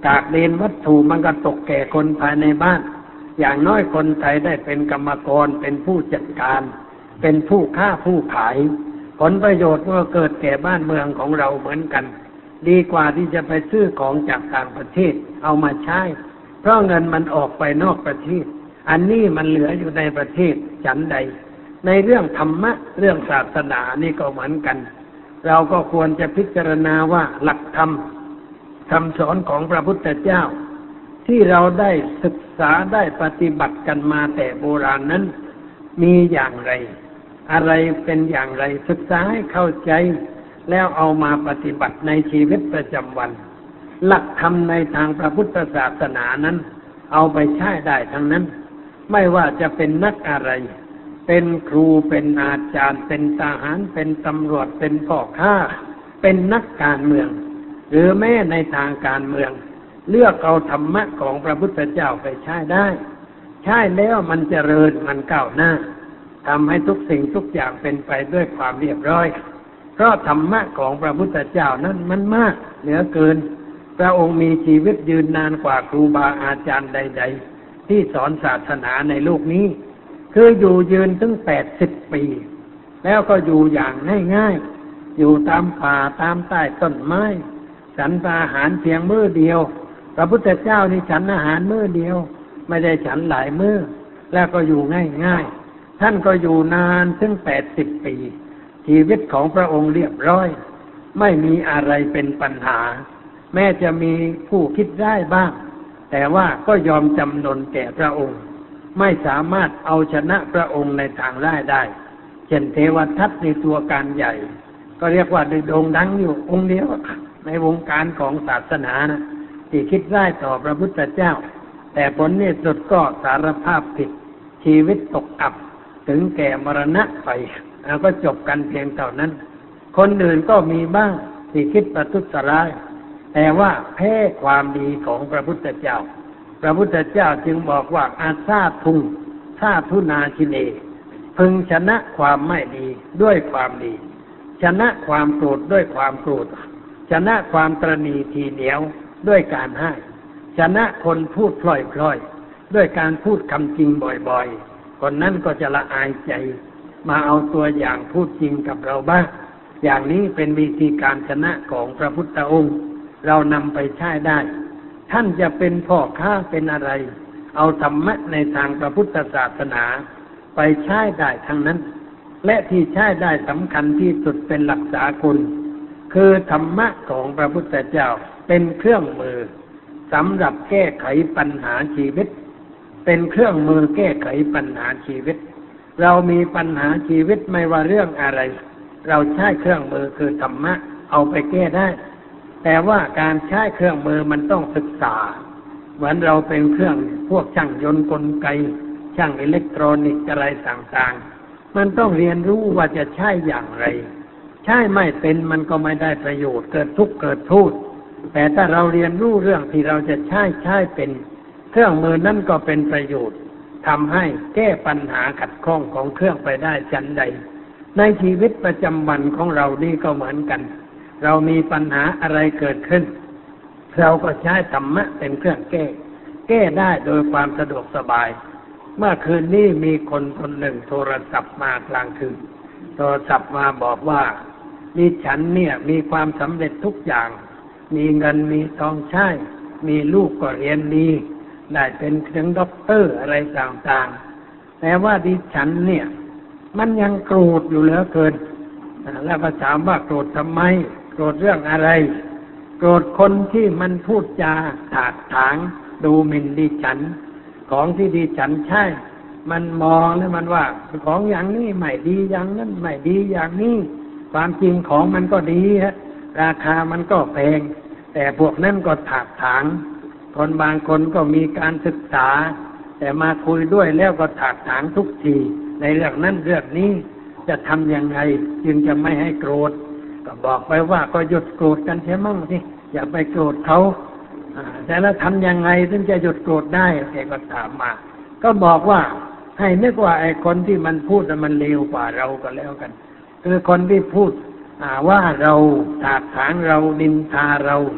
กากเดนวัตถุมันก็ตกแก่คนภายในบ้านอย่างน้อยคนไทยได้เป็นกรรมกรเป็นผู้จัดการเป็นผู้ค้าผู้ขายผลประโยชน์ก็เกิดแก่บ้านเมืองของเราเหมือนกันดีกว่าที่จะไปซื้อของจากต่างประเทศเอามาใช้เพราะเงินมันออกไปนอกประเทศอันนี้มันเหลืออยู่ในประเทศฉันใดในเรื่องธรรมะเรื่องศาสนานี่ก็เหมือนกันเราก็ควรจะพิจารณาว่าหลักธรรมคำสอนของพระพุทธเจ้าที่เราได้ศึกษาได้ปฏิบัติกันมาแต่โบราณนั้นมีอย่างไรอะไรเป็นอย่างไรศึกษาให้เข้าใจแล้วเอามาปฏิบัติในชีวิตประจำวันหลักธรรมในทางพระพุทธศาสนานั้นเอาไปใช้ได้ทั้งนั้นไม่ว่าจะเป็นนักอะไรเป็นครูเป็นอาจารย์เป็นทหารเป็นตำรวจเป็นพ่อค้าเป็นนักการเมืองหรือแม้ในทางการเมืองเลือกเอาธรรมะของพระพุทธเจ้าไปใช้ได้ใช้แล้วมันเจริญมันก้าวหน้าทำให้ทุกสิ่งทุกอย่างเป็นไปด้วยความเรียบร้อยเพราะธรรมะของพระพุทธเจ้านั้นมันมากเหลือเกินพระองค์มีชีวิตยืนนานกว่าครูบาอาจารย์ใดๆที่สอนศาสนาในโลกนี้คืออยู่ยืนถึงแปดสิบปีแล้วก็อยู่อย่างง่ายๆอยู่ตามป่าตามใต้ต้นไม้ฉันอาหารเพียงมื้อเดียวพระพุทธเจ้านี่ฉันอาหารมื้อเดียวไม่ได้ฉันหลายมื้อแล้วก็อยู่ง่ายๆท่านก็อยู่นานถึงแปดสิบปีชีวิตของพระองค์เรียบร้อยไม่มีอะไรเป็นปัญหาแม้จะมีผู้คิดได้บ้างแต่ว่าก็ยอมจำนนแก่พระองค์ไม่สามารถเอาชนะพระองค์ในทางร้ายได้เช่นเทวทัตในตัวการใหญ่ก็เรียกว่าโด่งดังอยู่องค์เดียวในวงการของศาสนานะที่คิดได้ต่อพระพุทธเจ้าแต่ผลที่สุดก็สารภาพผิดชีวิตตกอับถึงแก่มรณะไปแล้วก็จบกันเพียงเท่านั้นคนอื่นก็มีบ้างที่คิดประทุษร้ายแต่ว่าแพ้ความดีของพระพุทธเจ้าพระพุทธเจ้าจึงบอกว่าอาซาทุงซาทุนาชิเนพึงชนะความไม่ดีด้วยความดีชนะความโกรธด้วยความโกรธชนะความตระหนี่ทีเหนียวด้วยการให้ชนะคนพูดพล่อยๆด้วยการพูดคำจริงบ่อยๆคนนั้นก็จะละอายใจมาเอาตัวอย่างพูดจริงกับเราบ้างอย่างนี้เป็นวิธีการชนะของพระพุทธองค์เรานำไปใช้ได้ท่านจะเป็นพ่อค้าเป็นอะไรเอาธรรมะในทางพระพุทธศาสนาไปใช้ได้ทั้งนั้นและที่ใช้ได้สำคัญที่สุดเป็นหลักสากลคือธรรมะของพระพุทธเจ้าเป็นเครื่องมือสำหรับแก้ไขปัญหาชีวิตเป็นเครื่องมือแก้ไขปัญหาชีวิตเรามีปัญหาชีวิตไม่ว่าเรื่องอะไรเราใช้เครื่องมือคือธรรมะเอาไปแก้ได้แต่ว่าการใช้เครื่องมือมันต้องศึกษาเหมือนเราเป็นเครื่องพวกช่างยนต์กลไกช่างอิเล็กทรอนิกส์อะไรต่างๆมันต้องเรียนรู้ว่าจะใช้อย่างไรใช้ไม่เป็นมันก็ไม่ได้ประโยชน์เกิดทุกข์เกิดโทษแต่ถ้าเราเรียนรู้เรื่องที่เราจะใช้ใช้เป็นเครื่องมือนั่นก็เป็นประโยชน์ทำให้แก้ปัญหาขัดข้องของเครื่องไปได้ชั้นใดในชีวิตประจำวันของเรานี่ก็เหมือนกันเรามีปัญหาอะไรเกิดขึ้นเราก็ใช้ธรรมะเป็นเครื่องแก้แก้ได้โดยความสะดวกสบายเมื่อคืนนี้มีคนคนหนึ่งโทรศัพท์มากลางคืนโทรศัพท์มาบอกว่าดิฉันเนี่ยมีความสำเร็จทุกอย่างมีเงินมีทองใช้มีลูกก็เรียนดีได้เป็นถึงด็อกเตอร์อะไรต่างๆแต่ว่าดิฉันเนี่ยมันยังโกรธอยู่เหลือเกินแล้วก็ถามว่าโกรธทำไมโกรธเรื่องอะไรโกรธคนที่มันพูดจาถากถางดูหมิ่นดิฉันของที่ดิฉันใช้มันมองแล้วมันว่าของอย่างนี้ไม่ดีอย่างนั้นไม่ดีอย่างนี้ความจริงของมันก็ดีฮะราคามันก็แพงแต่พวกนั้นก็ถากถางคนบางคนก็มีการศึกษาแต่มาคุยด้วยแล้วก็ถากถางทุกทีในเรื่องนั้นเรื่องนี้จะทำยังไงจึงจะไม่ให้โกรธก็บอกไปว่าก็หยุดโกรธกันเสียมั่งสิอย่าไปโกรธเขาแต่แล้วทำยังไงถึงจะหยุดโกรธได้แกก็ถามมาก็บอกว่าให้นึกว่าไอ้คนที่มันพูดมันเลวกว่าเราก็แล้วกันคือคนที่พูดว่าเราถากถางเรานินทาเรา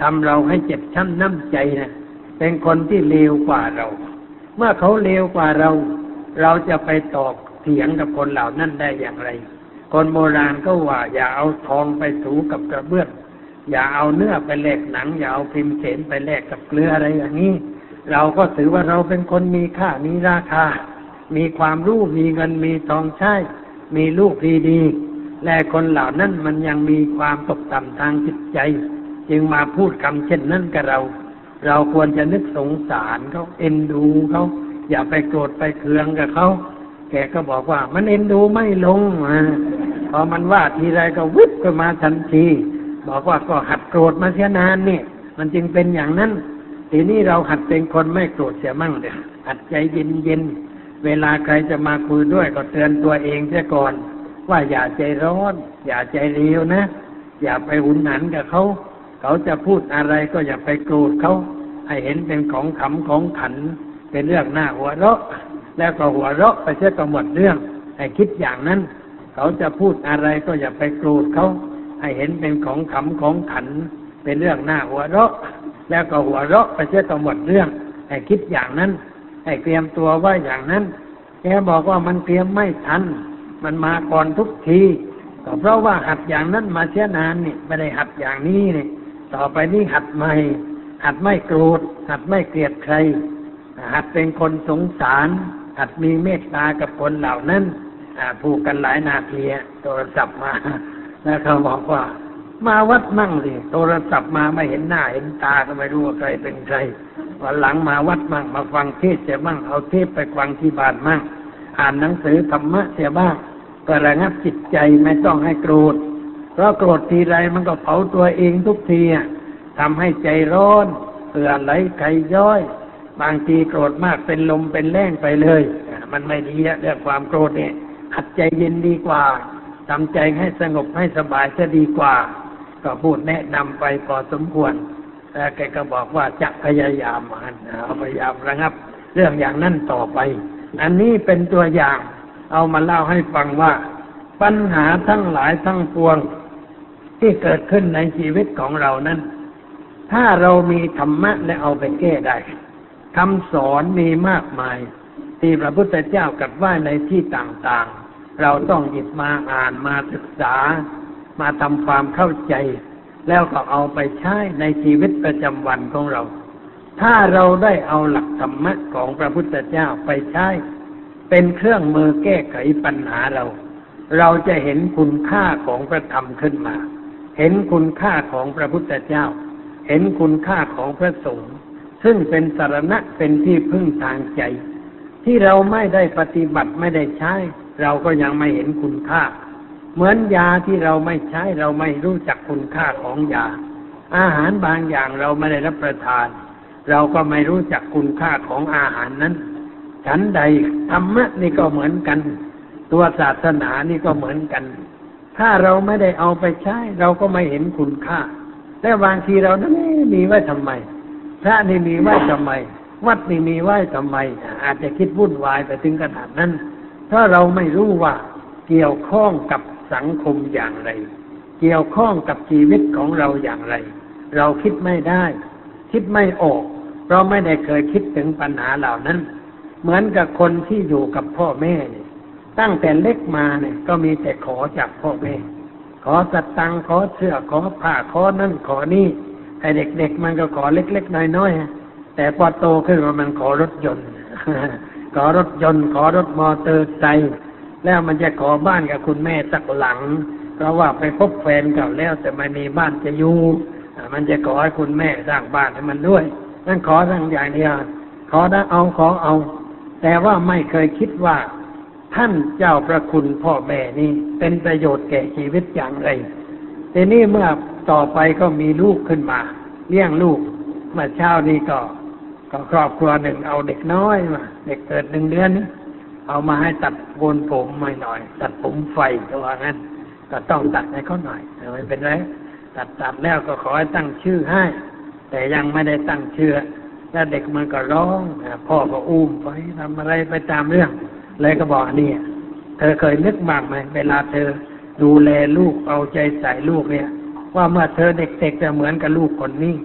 ทำเราให้เจ็บช้ำน้ำใจนะเป็นคนที่เลวกว่าเราเมื่อเขาเลวกว่าเราเราจะไปตอกเถียงกับคนเหล่านั้นได้อย่างไรคนโบราณก็ว่าอย่าเอาทองไปถูกับกระเบื้องอย่าเอาเนื้อไปแลกหนังอย่าเอาพิมพ์เสนไปแลกกับเกลืออะไรอย่างนี้เราก็ถือว่าเราเป็นคนมีค่ามีราคามีความรู้มีเงินมีทองใช้มีลูกดีๆและคนเหล่านั้นมันยังมีความตกต่ำทางจิตใจจึงมาพูดคำเช่นนั้นกับเราเราควรจะนึกสงสารเขาเอ็นดูเขาอย่าไปโกรธไปเคืองกับเขาแกก็บอกว่ามันเอ็นดูไม่ลงพอมันว่าทีไรก็วิบขึ้นมาทันทีบอกว่าก็หัดโกรธมาเสียนานนี่มันจึงเป็นอย่างนั้นทีนี้เราหัดเป็นคนไม่โกรธเสียมั่งเดี๋ยวหัดใจเย็นๆเวลาใครจะมาคุยด้วยก็เตือนตัวเองเสียก่อนว่าอย่าใจร้อนอย่าใจเร็วนะอย่าไปหุนหันกับเขาเขาจะพูดอะไรก็อย่าไปโกรธเขาให้เห็นเป็นของขำของขันเป็นเรื่องหน้าหัวเราะแล้วก็หัวเราะไปเสียก็หมดเรื่องให้คิดอย่างนั้นเขาจะพูดอะไรก็อย่าไปโกรธเขาให้เห็นเป็นของขำของขันเป็นเรื่องหน้าหัวเราะแล้วก็หัวเราะไปเสียก็หมดเรื่องให้คิดอย่างนั้นให้เตรียมตัวไว้อย่างนั้นแกบอกว่ามันเตรียมไม่ทันมันมาก่อนทุกทีก็เพราะว่าหัดอย่างนั้นมาเสียนานนี่ไม่ได้หัดอย่างนี้นี่ต่อไปนี้หัดใหม่หัดไม่โกรธหัดไม่เกลียดใครหัดเป็นคนสงสารหัดมีเมตตากับคนเหล่านั้นพูดกันหลายนาทีโทรศัพท์มาแล้วเขาบอกว่ามาวัดมั่งสิโทรศัพท์มาไม่เห็นหน้าเห็นตาก็ไม่รู้ว่าใครเป็นใครวันหลังมาวัดมั่งมาฟังเทศน์เสียบ้างเอาเทปไปฟังที่บ้านมั่งอ่านหนังสือธรรมะเสียบ้างก็ระงับจิตใจไม่ต้องให้โกรธเพราะโกรธทีไรมันก็เผาตัวเองทุกทีทำให้ใจร้อนเหื่อไหลไขย้อยบางทีโกรธมากเป็นลมเป็นแรงไปเลยมันไม่ดีเรื่องความโกรธเนี่ยหัดใจเย็นดีกว่าทำใจให้สงบให้สบายจะดีกว่าก็พูดแนะนำไปพอสมควรแต่แกก็บอกว่าจะพยายามมันเอาพยายามระงับเรื่องอย่างนั้นต่อไปอันนี้เป็นตัวอย่างเอามาเล่าให้ฟังว่าปัญหาทั้งหลายทั้งปวงที่เกิดขึ้นในชีวิตของเรานั้นถ้าเรามีธรรมะและเอาไปแก้ได้คำสอนมีมากมายที่พระพุทธเจ้าตรัสไว้ในที่ต่างๆเราต้องหยิบมาอ่านมาศึกษามาทำความเข้าใจแล้วก็เอาไปใช้ในชีวิตประจำวันของเราถ้าเราได้เอาหลักธรรมะของพระพุทธเจ้าไปใช้เป็นเครื่องมือแก้ไขปัญหาเราเราจะเห็นคุณค่าของพระธรรมขึ้นมาเห็นคุณค่าของพระพุทธเจ้าเห็นคุณค่าของพระสงฆ์ซึ่งเป็นสรณะเป็นที่พึ่งทางใจที่เราไม่ได้ปฏิบัติไม่ได้ใช้เราก็ยังไม่เห็นคุณค่าเหมือนยาที่เราไม่ใช้เราไม่รู้จักคุณค่าของยาอาหารบางอย่างเราไม่ได้รับประทานเราก็ไม่รู้จักคุณค่าของอาหารนั้นฉันใดธรรมะนี่ก็เหมือนกันตัวศาสนานี่ก็เหมือนกันถ้าเราไม่ได้เอาไปใช้เราก็ไม่เห็นคุณค่าและบางทีเรานั้นมีไว้ทำไมพระนี่มีไว้ทำไมวัดนี่มีไว้ทำไมอาจจะคิดวุ่นวายไปถึงขนาดนั้นถ้าเราไม่รู้ว่าเกี่ยวข้องกับสังคมอย่างไรเกี่ยวข้องกับชีวิตของเราอย่างไรเราคิดไม่ได้คิดไม่ออกเพราะไม่ได้เคยคิดถึงปัญหาเหล่านั้นเหมือนกับคนที่อยู่กับพ่อแม่เนี่ยตั้งแต่เล็กมาเนี่ยก็มีแต่ขอจากพ่อแม่ขอสตังค์ขอเสื้อขอผ้าขอนั่นขอนี่ไอ้เด็กๆมันก็ขอเล็กๆน้อยๆแต่พอโตขึ้นมันขอรถยนต์ ขอรถยนต์ขอรถมอเตอร์ไซค์แล้วมันจะขอบ้านกับคุณแม่สักหลังเพราะว่าไปพบแฟนเก่าแล้วแต่ไม่มีบ้านจะอยู่มันจะขอให้คุณแม่สร้างบ้านให้มันด้วยนั่นขอทั้งอย่างเดียวขอได้เอาขอเอาแต่ว่าไม่เคยคิดว่าท่านเจ้าพระคุณพ่อแม่นี่เป็นประโยชน์แก่ชีวิตอย่างไรทีนี้เมื่อต่อไปก็มีลูกขึ้นมาเลี้ยงลูกเมื่อเช้านี้ก็ก็ครอบครัวหนึ่งเอาเด็กน้อยมาเด็กเกิดหนึ่งเดือนนี้เอามาให้ตัดโกนผมไม่หน่อยตัดผมไฟตัวงั้นก็ต้องตัดให้เขาหน่อยไม่เป็นไรตัดตัดแล้วก็ขอให้ตั้งชื่อให้แต่ยังไม่ได้ตั้งชื่อแล้วเด็กมันก็ร้องพ่อก็อุ้มไปทำอะไรไปตามเรื่องเลยก็บอกนี่เธอเคยนึกบ้างไหมเวลาเธอดูแลลูกเอาใจใส่ลูกเนี่ยว่าเมื่อเธอเด็กๆจะเหมือนกับลูกคนนี้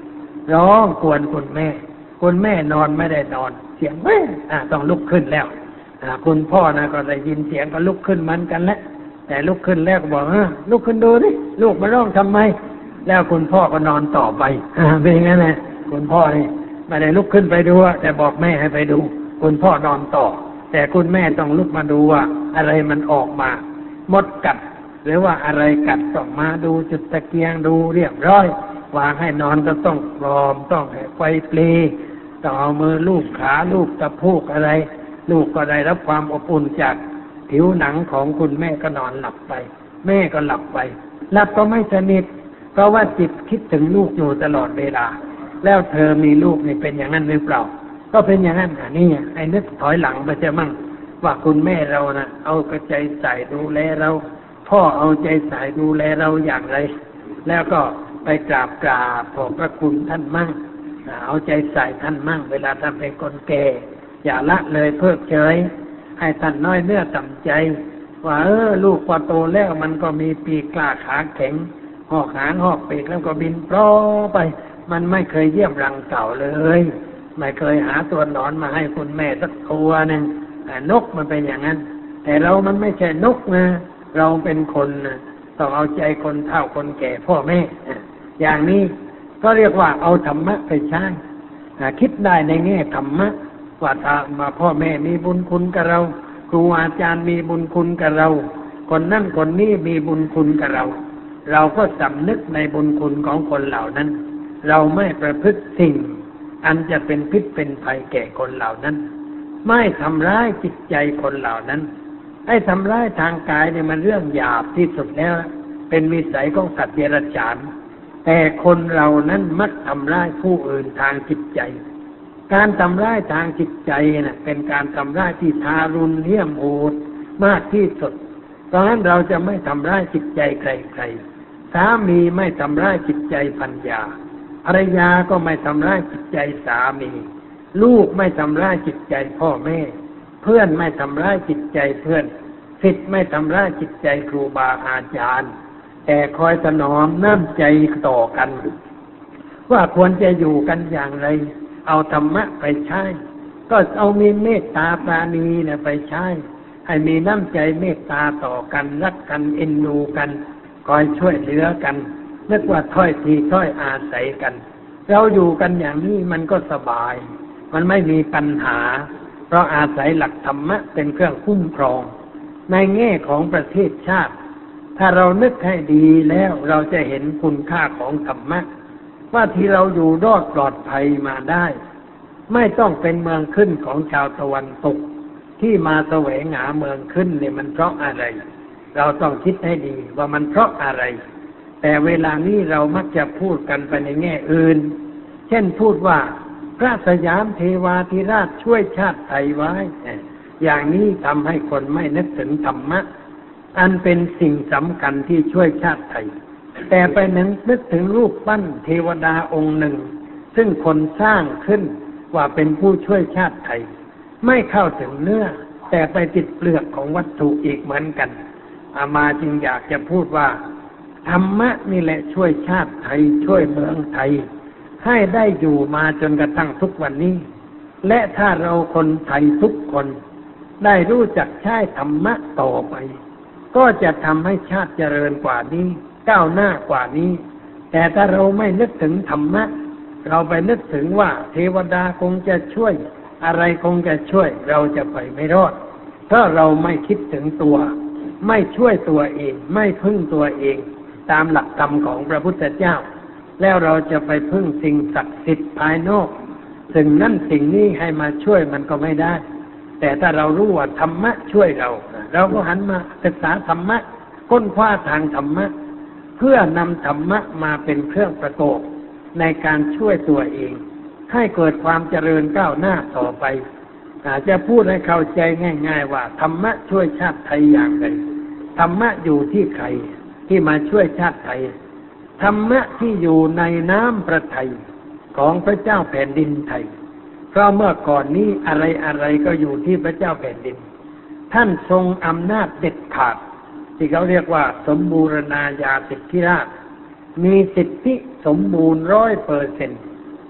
ร้องกวนคุณแม่คุณแม่นอนไม่ได้นอนเสียงแม่อ่าต้องลุกขึ้นแล้วอ่าคุณพ่อนะก็ได้ยินเสียงก็ลุกขึ้นเหมือนกันแหละแต่ลุกขึ้นแล้วก็บอกเออลุกขึ้นดูดิลูกมาร้องทำไมแล้วคุณพ่อก็นอนต่อไปอ่าเป็นอย่างนั้นแหละคุณพ่อนี่ไม่ได้ลุกขึ้นไปดูแต่บอกแม่ให้ไปดูคุณพ่อนอนต่อแต่คุณแม่ต้องลุกมาดูว่าอะไรมันออกมามดกัดหรือว่าอะไรกัดต้องมาดูจุดตะเกียงดูเรียบร้อยวางให้นอนก็ต้องพร้อมต้องให้ไฟเปลต้องเอามือลูบขาลูบตะโพกอะไรลูกก็ได้รับความอบอุ่นจากผิวหนังของคุณแม่ก็นอนหลับไปแม่ก็หลับไปหลับก็ไม่สนิทเพราะว่าจิตคิดถึงลูกอยู่ตลอดเวลาแล้วเธอมีลูกนี่เป็นอย่างนั้นหรือเปล่าก็เป็นอย่างนั้นอ่ะนี่ไอ้นึกถอยหลังไปจะมั่งว่าคุณแม่เรานะเอากระใจใส่ดูแลเราพ่อเอาใจใส่ดูแลเราอย่างไรแล้วก็ไปกราบกราบขอบพระคุณท่านมั่งเอาใจใส่ท่านมั่งเวลาท่านเป็นคนแก่อย่าละเลยเพิกเฉยให้ท่านน้อยเนื้อต่ำใจว่าเออลูกพอโตแล้วมันก็มีปีกกล้าขาแข็งหอกหางหอกปีกแล้วก็บินปลอไปมันไม่เคยเยี่ยมรังเก่าเลยไม่เคยหาตัวหนอนมาให้คุณแม่สักตัวหนึ่งนกมันเป็นอย่างนั้นแต่เรามันไม่ใช่นกนะเราเป็นคนนะต้องเอาใจคนเฒ่าคนแก่พ่อแม่อย่างนี้ก็เรียกว่าเอาธรรมะไปใช้คิดได้ในแง่ธรรมะว่าถ้ามาพ่อแม่มีบุญคุณกับเราครูอาจารย์มีบุญคุณกับเราคนนั่นคนนี้มีบุญคุณกับเราเราก็สำนึกในบุญคุณของคนเหล่านั้นเราไม่ประพฤติสิ่งอันจะเป็นพิษเป็นภัยแก่คนเหล่านั้นไม่ทำร้ายจิตใจคนเหล่านั้นให้ทำร้ายทางกายเนี่ยมันเรื่องหยาบที่สุดแล้วเป็นวิสัยของสัตว์เดรัจฉานแต่คนเรานั้นมักทำร้ายผู้อื่นทางจิตใจการทำร้ายทางจิตใจน่ะเป็นการทำร้ายที่ทารุณเหี้ยมโหดมากที่สุดเพราะฉะนั้นเราจะไม่ทำร้ายจิตใจใครๆสามีไม่ทำร้ายจิตใจภรรยาภรรยาก็ไม่ทำร้ายจิตใจสามีลูกไม่ทำร้ายจิตใจพ่อแม่เพื่อนไม่ทำร้ายจิตใจเพื่อนศิษย์ไม่ทำร้ายจิตใจครูบาอาจารย์แต่คอยถนอมน้ำใจต่อกันว่าควรจะอยู่กันอย่างไรเอาธรรมะไปใช้ก็เอามีเมตตาปราณีเนี่ยไปใช้ให้มีน้ำใจเมตตาต่อกันรักกันเอ็นดูกันคอยช่วยเหลือกันนึกว่าถ้อยทีถ้อยอาศัยกันเราอยู่กันอย่างนี้มันก็สบายมันไม่มีปัญหาเพราะอาศัยหลักธรรมะเป็นเครื่องคุ้มครองในแง่ของประเทศชาติถ้าเรานึกให้ดีแล้วเราจะเห็นคุณค่าของธรรมะว่าที่เราอยู่รอดปลอดภัยมาได้ไม่ต้องเป็นเมืองขึ้นของชาวตะวันตกที่มาแสวงหาเมืองขึ้นเนี่ยมันเพราะอะไรเราต้องคิดให้ดีว่ามันเพราะอะไรแต่เวลานี้เรามักจะพูดกันไปในแง่อื่นเช่นพูดว่าพระสยามเทวาธิราชช่วยชาติไทยไว้อย่างนี้ทำให้คนไม่นึกถึงธรรมะอันเป็นสิ่งสำคัญที่ช่วยชาติไทยแต่ไปนึกถึงรูปปั้นเทวดาองค์หนึ่งซึ่งคนสร้างขึ้นว่าเป็นผู้ช่วยชาติไทยไม่เข้าถึงเนื้อแต่ไปติดเปลือกของวัตถุอีกเหมือนกันอามาจึงอยากจะพูดว่าธรรมะนี่แหละช่วยชาติไทยช่วยเมืองไทยให้ได้อยู่มาจนกระทั่งทุกวันนี้และถ้าเราคนไทยทุกคนได้รู้จักใช้ธรรมะต่อไปก็จะทำให้ชาติเจริญกว่านี้ก้าวหน้ากว่านี้แต่ถ้าเราไม่นึกถึงธรรมะเราไปนึกถึงว่าเทวดาคงจะช่วยอะไรคงจะช่วยเราจะไปไม่รอดเพราะเราไม่คิดถึงตัวไม่ช่วยตัวเองไม่พึ่งตัวเองตามหลักธรรมของพระพุทธเจ้าแล้วเราจะไปพึ่งสิ่งศักดิ์สิทธิ์ภายนอกสิ่งนั้นสิ่งนี้ให้มาช่วยมันก็ไม่ได้แต่ถ้าเรารู้ว่าธรรมะช่วยเราเราก็หันมาศึกษาธรรมะค้นคว้าทางธรรมะเพื่อนำธรรมะมาเป็นเครื่องประกอบในการช่วยตัวเองให้เกิดความเจริญก้าวหน้าต่อไปอาจจะพูดให้เข้าใจง่ายๆว่าธรรมะช่วยชาติไทยอย่างไรธรรมะอยู่ที่ใครที่มาช่วยชาติไทยธรรมะที่อยู่ในน้ำพระทัยของพระเจ้าแผ่นดินไทยเพราะเมื่อก่อนนี้อะไรอะไรก็อยู่ที่พระเจ้าแผ่นดินท่านทรงอำนาจเด็ดขาดที่เขาเรียกว่าสมบูรณาญาสิทธิราชมีสิทธิสมบูรณ์ร้อยเปอร์เซ็นต์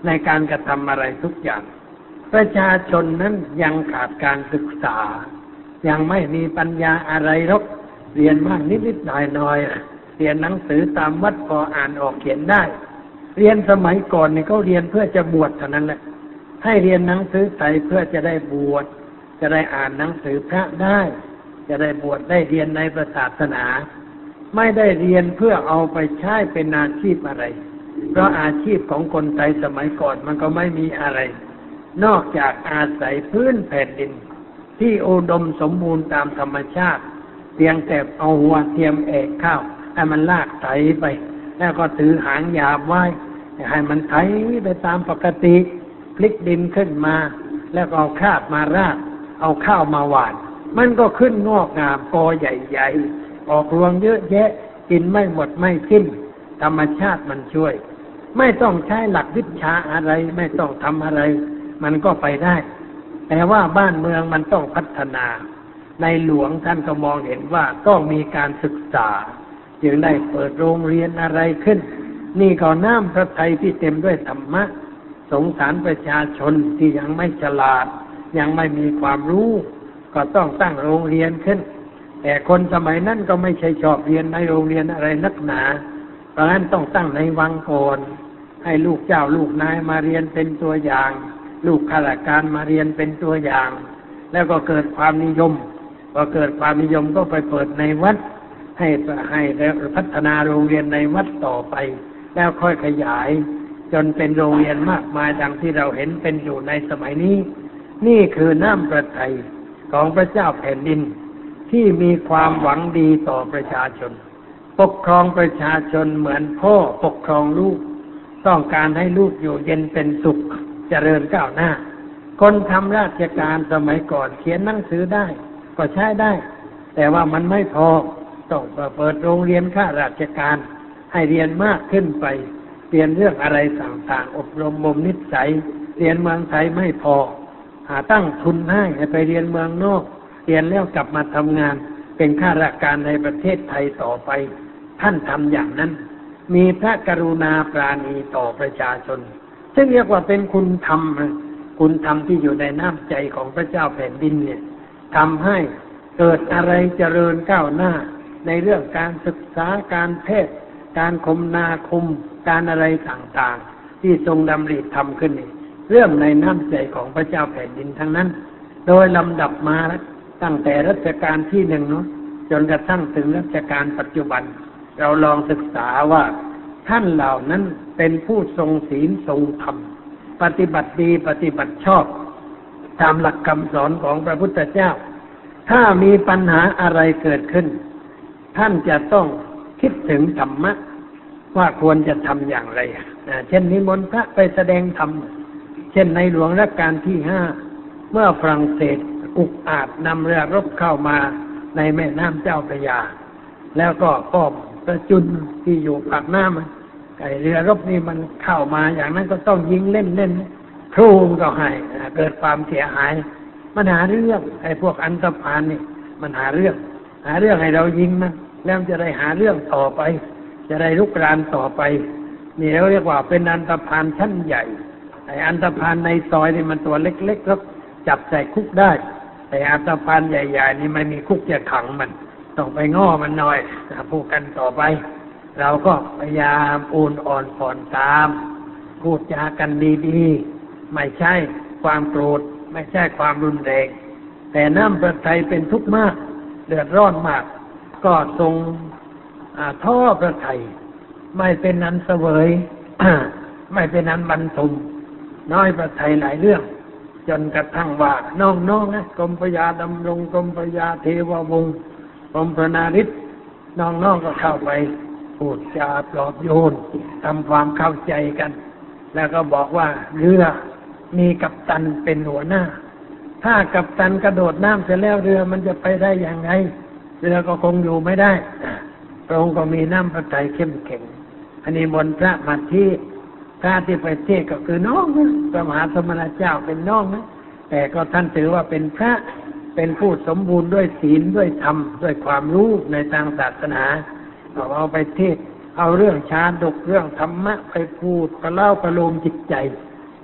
ในการกระทำอะไรทุกอย่างประชาชนนั้นยังขาดการศึกษายังไม่มีปัญญาอะไรหรอกเรียนบ้างนิดๆหน่อยๆเรียนหนังสือตามวัดพออ่านออกเขียนได้เรียนสมัยก่อนนี่เขาเรียนเพื่อจะบวชเท่านั้นแหละให้เรียนหนังสือไทยเพื่อจะได้บวชจะได้อ่านหนังสือพระได้จะได้บวชได้เรียนในศาสนาไม่ได้เรียนเพื่อเอาไปใช้เป็นอาชีพอะไรเพราะอาชีพของคนไทยสมัยก่อนมันก็ไม่มีอะไรนอกจากอาศัยพื้นแผ่นดินที่อุดมสมบูรณ์ตามธรรมชาติเพียงแต่เอาหัวเทียมเอกข้าวให้มันลากไถไปแล้วก็ถือหางยาวไว้ให้มันไถไปตามปกติพลิกดินขึ้นมาแล้วก็เอาคาบมาราดเอาข้าวมาหว่านมันก็ขึ้นงอกงามกอใหญ่ๆออกรวงเยอะแยะกินไม่หมดไม่สิ้นธรรมชาติมันช่วยไม่ต้องใช้หลักวิชาอะไรไม่ต้องทำอะไรมันก็ไปได้แต่ว่าบ้านเมืองมันต้องพัฒนาในหลวงท่านก็มองเห็นว่าต้องมีการศึกษาจึงได้เปิดโรงเรียนอะไรขึ้นนี่ก็น้ำพระทัยที่เต็มด้วยธรรมะสงสารประชาชนที่ยังไม่ฉลาดยังไม่มีความรู้ก็ต้องตั้งโรงเรียนขึ้นแต่คนสมัยนั้นก็ไม่ใช่ชอบเรียนในโรงเรียนอะไรนักหนาเพราะฉะนั้นต้องตั้งในวังก่อนให้ลูกเจ้าลูกนายมาเรียนเป็นตัวอย่างลูกข้าราชการมาเรียนเป็นตัวอย่างแล้วก็เกิดความนิยมพอเกิดความนิยมก็ไปเปิดในวัดให้ให้พัฒนาโรงเรียนในวัดต่อไปแล้วค่อยขยายจนเป็นโรงเรียนมากมายดังที่เราเห็นเป็นอยู่ในสมัยนี้นี่คือน้ำพระทัยของพระเจ้าแผ่นดินที่มีความหวังดีต่อประชาชนปกครองประชาชนเหมือนพ่อปกครองลูกต้องการให้ลูกอยู่เย็นเป็นสุขเจริญก้าวหน้าคนทำราชการสมัยก่อนเขียนหนังสือได้ก็ใช้ได้แต่ว่ามันไม่พอต้องเปิดโรงเรียนข้าราชการให้เรียนมากขึ้นไปเรียนเรื่องอะไรต่างๆอบรมบ่มนิสัยเรียนเมืองไทยไม่พอหาตั้งทุนให้ให้ไปเรียนเมืองนอกเรียนแล้วกลับมาทำงานเป็นข้าราชการในประเทศไทยต่อไปท่านทำอย่างนั้นมีพระกรุณาปราณีต่อประชาชนซึ่งเรียกว่าเป็นคุณธรรมคุณธรรมที่อยู่ในน้ำใจของพระเจ้าแผ่นดินเนี่ยทำให้เกิดอะไรเจริญก้าวหน้าในเรื่องการศึกษาการแพทย์การคมนาคมการอะไรต่างๆที่ทรงดำริทำขึ้นนี่เรื่องในน้ำใจของพระเจ้าแผ่นดินทั้งนั้นโดยลำดับมาตั้งแต่รัชกาลที่หนึ่งเนาะจนกระทั่งถึงรัชกาลปัจจุบันเราลองศึกษาว่าท่านเหล่านั้นเป็นผู้ทรงศีลทรงธรรมปฏิบัติดีปฏิบัติชอบตามหลักคำสอนของพระพุทธเจ้าถ้ามีปัญหาอะไรเกิดขึ้นท่านจะต้องคิดถึงธรรมะว่าควรจะทำอย่างไรเช่นนิมนต์พระไปแสดงธรรมเช่นในหลวงรัชกาลที่ห้าเมื่อฝรั่งเศสอุกอาจนำเรือรบเข้ามาในแม่น้ำเจ้าพระยาแล้วก็ป้อมประจุนที่อยู่ปากน้ำไอ้เรือรบนี่มันเข้ามาอย่างนั้นก็ต้องยิงเล่นเล่นครูมก็ให้เกิดความเสียหายมันหาเรื่องไอ้พวกอันธพาลนี่มันหาเรื่องหาเรื่องให้เรายิงนะแล้วจะได้หาเรื่องต่อไปจะได้ลุกรานต่อไปนี่เราเรียกว่าเป็นอันธพาลชั้นใหญ่ไอ้อันธพาลในซอยนี่มันตัวเล็กๆครับจับใส่คุกได้แต่อันธพาลใหญ่ๆนี่ไม่มีคุกจะขังมันต้องไปง้อมันหน่อยพูดกันต่อไปเราก็พยายามอ่อนอ่อนผ่อนตามพูดจากันดีๆไม่ใช่ความโกรธไม่ใช่ความรุนแรงแต่น้ำพระทัยเป็นทุกข์มากเดือดร้อนมากก็ทรงท้อพระทัยไม่เป็นอันเสวย ไม่เป็นอันบรรทมน้อยพระทัยหลายเรื่องจนกระทั่งว่าน้องๆนะกรมพระยาดำรงกรมพระยาเทววงศ์กรมพระนาริศน้องๆก็เข้าไปพูดจาปลอบโยนทำความเข้าใจกันแล้วก็บอกว่าเรือมีกัปตันเป็นหัวหน้าถ้ากัปตันกระโดดน้ำเสร็จแล้วเรือมันจะไปได้อย่างไรเรือก็คงอยู่ไม่ได้พระองค์ก็มีน้ำพระทัยเข้มแข็งอันนี้มนต์พระมาที่พระที่ไปเทศก็คือน้องนะพระมหาสมณเจ้าเป็นน้องนะแต่ก็ท่านถือว่าเป็นพระเป็นผู้สมบูรณ์ด้วยศีลด้วยธรรมด้วยความรู้ในทางศาสนาเอาไปเทศเอาเรื่องชาดกเรื่องธรรมะไปพูดประเล่าประโลมจิตใจ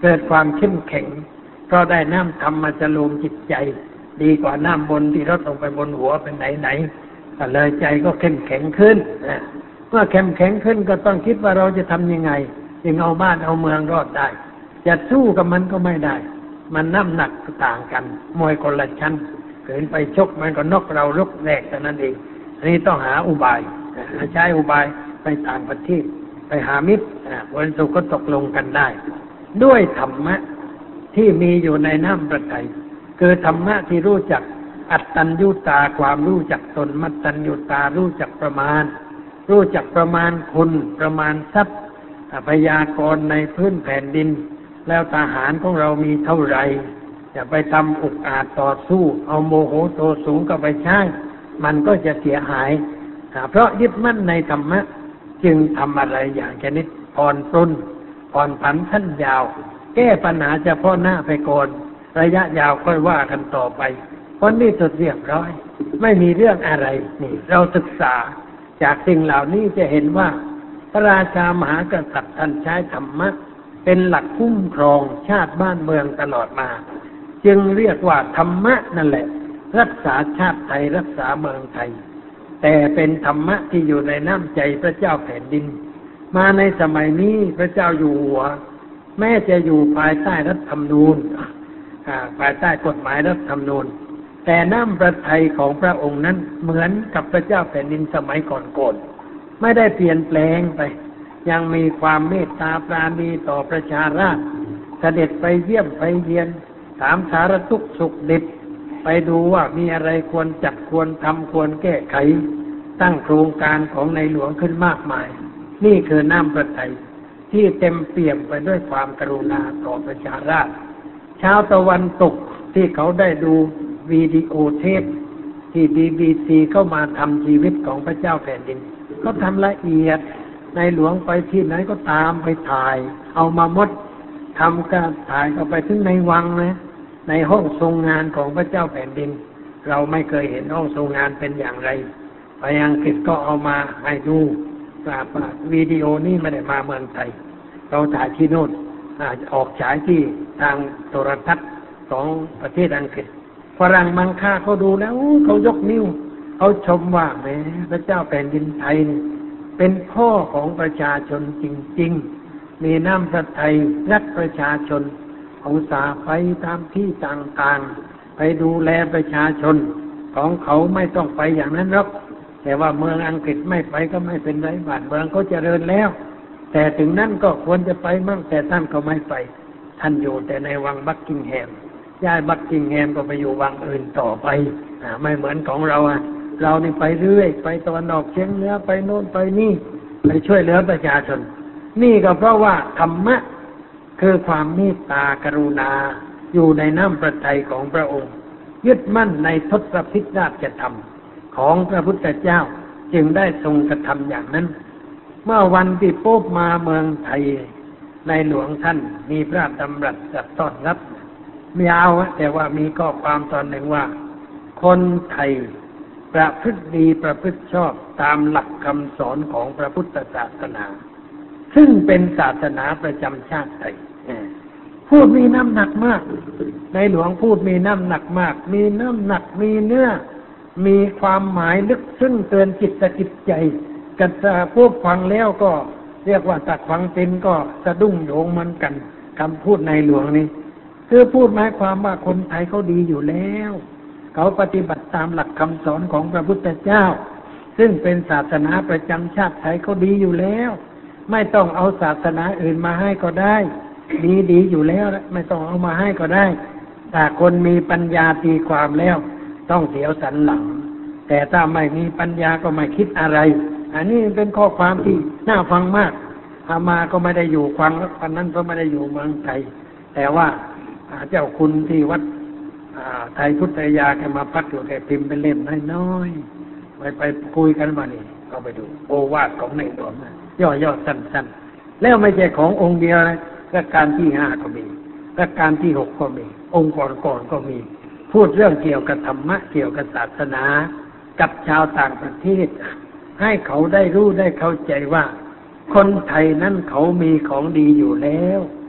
เกิดความเข้มแข็งเพราะได้น้ำธรรมมาจะรวมจิตใจดีกว่าน้ำบนที่รดลงไปบนหัวเป็นไหนๆก็เลยใจก็เข้มแข็งขึ้นนะเมื่อเข้มแข็งขึ้นก็ต้องคิดว่าเราจะทำยังไงจึงเอาบ้านเอาเมืองรอดได้จะสู้กับมันก็ไม่ได้มันน้ำหนักต่างกันมวยคนละชั้นเกินไปชกมันก็นกเราลุกแรกแต่นั้นเองอันนี้ต้องหาอุบายใช้อุบายไปต่างประเทศไปหามิตรวันสุขก็ตกลงกันได้ด้วยธรรมะที่มีอยู่ในน้ำพระทัยคือธรรมะที่รู้จักอัตตัญญูตาความรู้จักตนมัตตัญญูตารู้จักประมาณรู้จักประมาณคุณประมาณทรัพย์พยากรณ์ในพื้นแผ่นดินแล้วทหารของเรามีเท่าไหร่จะไปทำอุกอาจต่อสู้เอาโมโหโทสูงก็ไปใช้มันก็จะเสียหายเพราะยึดมั่นในธรรมะจึงทำอะไรอย่างชนิดผ่อนปรนผ่อนผันขั้นยาวแก้ปัญหาเฉพาะหน้าไปก่อนระยะยาวค่อยว่ากันต่อไปวันนี้สุดเรียบร้อยไม่มีเรื่องอะไรนี่เราศึกษาจากสิ่งเหล่านี้จะเห็นว่าพระราชามหากษัตริย์ท่านใช้ธรรมะเป็นหลักคุ้มครองชาติบ้านเมืองตลอดมาจึงเรียกว่าธรรมะนั่นแหละรักษาชาติไทยรักษาเมืองไทยแต่เป็นธรรมะที่อยู่ในน้ำใจพระเจ้าแผ่นดินมาในสมัยนี้พระเจ้าอยู่หัวแม้จะอยู่ภายใต้รัฐธรรมนูญภายใต้กฎหมายรัฐธรรมนูญแต่น้ำพระทัยของพระองค์นั้นเหมือนกับพระเจ้าแผ่นดินสมัยก่อนๆไม่ได้เปลี่ยนแปลงไปยังมีความเมตตาปราณีต่อประชาราษฎร์เสด็จไปเยี่ยมไปเยียนถามสารทุกข์สุขดิบไปดูว่ามีอะไรควรจัดควรทำควรแก้ไขตั้งโครงการของในหลวงขึ้นมากมายนี่คือน้ำพระทัยที่เต็มเปี่ยมไปด้วยความกรุณาต่อประชาราษฎร์ชาวตะวันตกที่เขาได้ดูวิดีโอเทปที่ บี บี ซี เข้ามาทำชีวิตของพระเจ้าแผ่นดินเขาทำละเอียดในหลวงไปที่ไหนก็ตามไปถ่ายเอามามดทำการถ่ายเข้าไปถึงในวังนะในห้องทรงงานของพระเจ้าแผ่นดินเราไม่เคยเห็นห้องทรงงานเป็นอย่างไรไปอังกฤษก็เอามาให้ดูวิดีโอนี้ไม่ได้มาเมืองไทยเราถ่ายที่โน่นออกฉายที่ทางโทรทัศน์ของประเทศอังกฤษฝรั่งมังค่าเขาดูแล้วเขายกนิ้วเขาชมว่าแม้พระเจ้าแผ่นดินไทยเป็นพ่อของประชาชนจริงๆมีน้ำพระทัยรักประชาชนเอาสาไปตามที่ต่างๆไปดูแลประชาชนของเขาไม่ต้องไปอย่างนั้นหรอกแต่ว่าเมืองอังกฤษไม่ไปก็ไม่เป็นไรบ้านเมืองเขาเจริญแล้วแต่ถึงนั้นก็ควรจะไปมั่งแต่ท่านก็ไม่ไปท่านอยู่แต่ในวังบักกิงแฮมย้ายบักกิงแฮมก็ไปอยู่วังอื่นต่อไปอ่าไม่เหมือนของเราอ่ะเรานี่ไปเรื่อยไปตะวันออกเฉียงเหนือไปโน่นไปนี่ไปช่วยเหลือประชาชนนี่ก็เพราะว่าธรรมะคือความเมตตากรุณาอยู่ในน้ำพระทัยของพระองค์ยึดมั่นในทศพิธราชธรรมของพระพุทธเจ้าจึงได้ทรงกระทำอย่างนั้นเมื่อวันที่โป๊ปมาเมืองไทยในหลวงท่านมีพระดำรัสจัดต้อนรับไม่ยาวแต่ว่ามีข้อความตอนหนึ่งว่าคนไทยประพฤติดีประพฤติชอบตามหลักคำสอนของพระพุทธศาสนาซึ่งเป็นศาสนาประจำชาติไทยพูดมีน้ำหนักมากในหลวงพูดมีน้ำหนักมากมีน้ำหนักมีเนื้อมีความหมายลึกซึ้งเตือนจิตจิตใจกันผู้ฟังแล้วก็เรียกว่าตัดฟังเป็นก็สะดุ้งโยงมันกันคำพูดในหลวงนี้คือพูดหมายความว่าคนไทยเขาดีอยู่แล้วเขาปฏิบัติตามหลักคำสอนของพระพุทธเจ้าซึ่งเป็นศาสนาประจำชาติไทยเขาดีอยู่แล้วไม่ต้องเอาศาสนาอื่นมาให้ก็ได้ดีดีอยู่แล้วไม่ต้องเอามาให้ก็ได้ถ้าคนมีปัญญาตีความแล้วต้องเสียวสันหลังแต่ถ้าไม่มีปัญญาก็ไม่คิดอะไรอันนี้เป็นข้อความที่น่าฟังมากอามาก็ไม่ได้อยู่ฟังแล้วตอนนั้นก็ไม่ได้อยู่เมืองไทยแต่ว่าเจ้าคุณที่วัดไทยพุทธยาแกมาพักอยู่แกพิมพ์เป็นเล่มน้อยๆไปไปคุยกันมานี่ก็ไปดูโอวาทของในหลวงย่อๆสั้นๆแล้วไม่ใช่ขององค์เดียวนะรัชกาลที่ห้าก็มีรัชกาลที่หกก็มีองค์ก่อนๆก็มีพูดเรื่องเกี่ยวกับธรรมะเกี่ยวกับศาสนากับชาวต่างประเทศให้เขาได้รู้ได้เข้าใจว่าคนไทยนั้นเขามีของดีอยู่แล้ว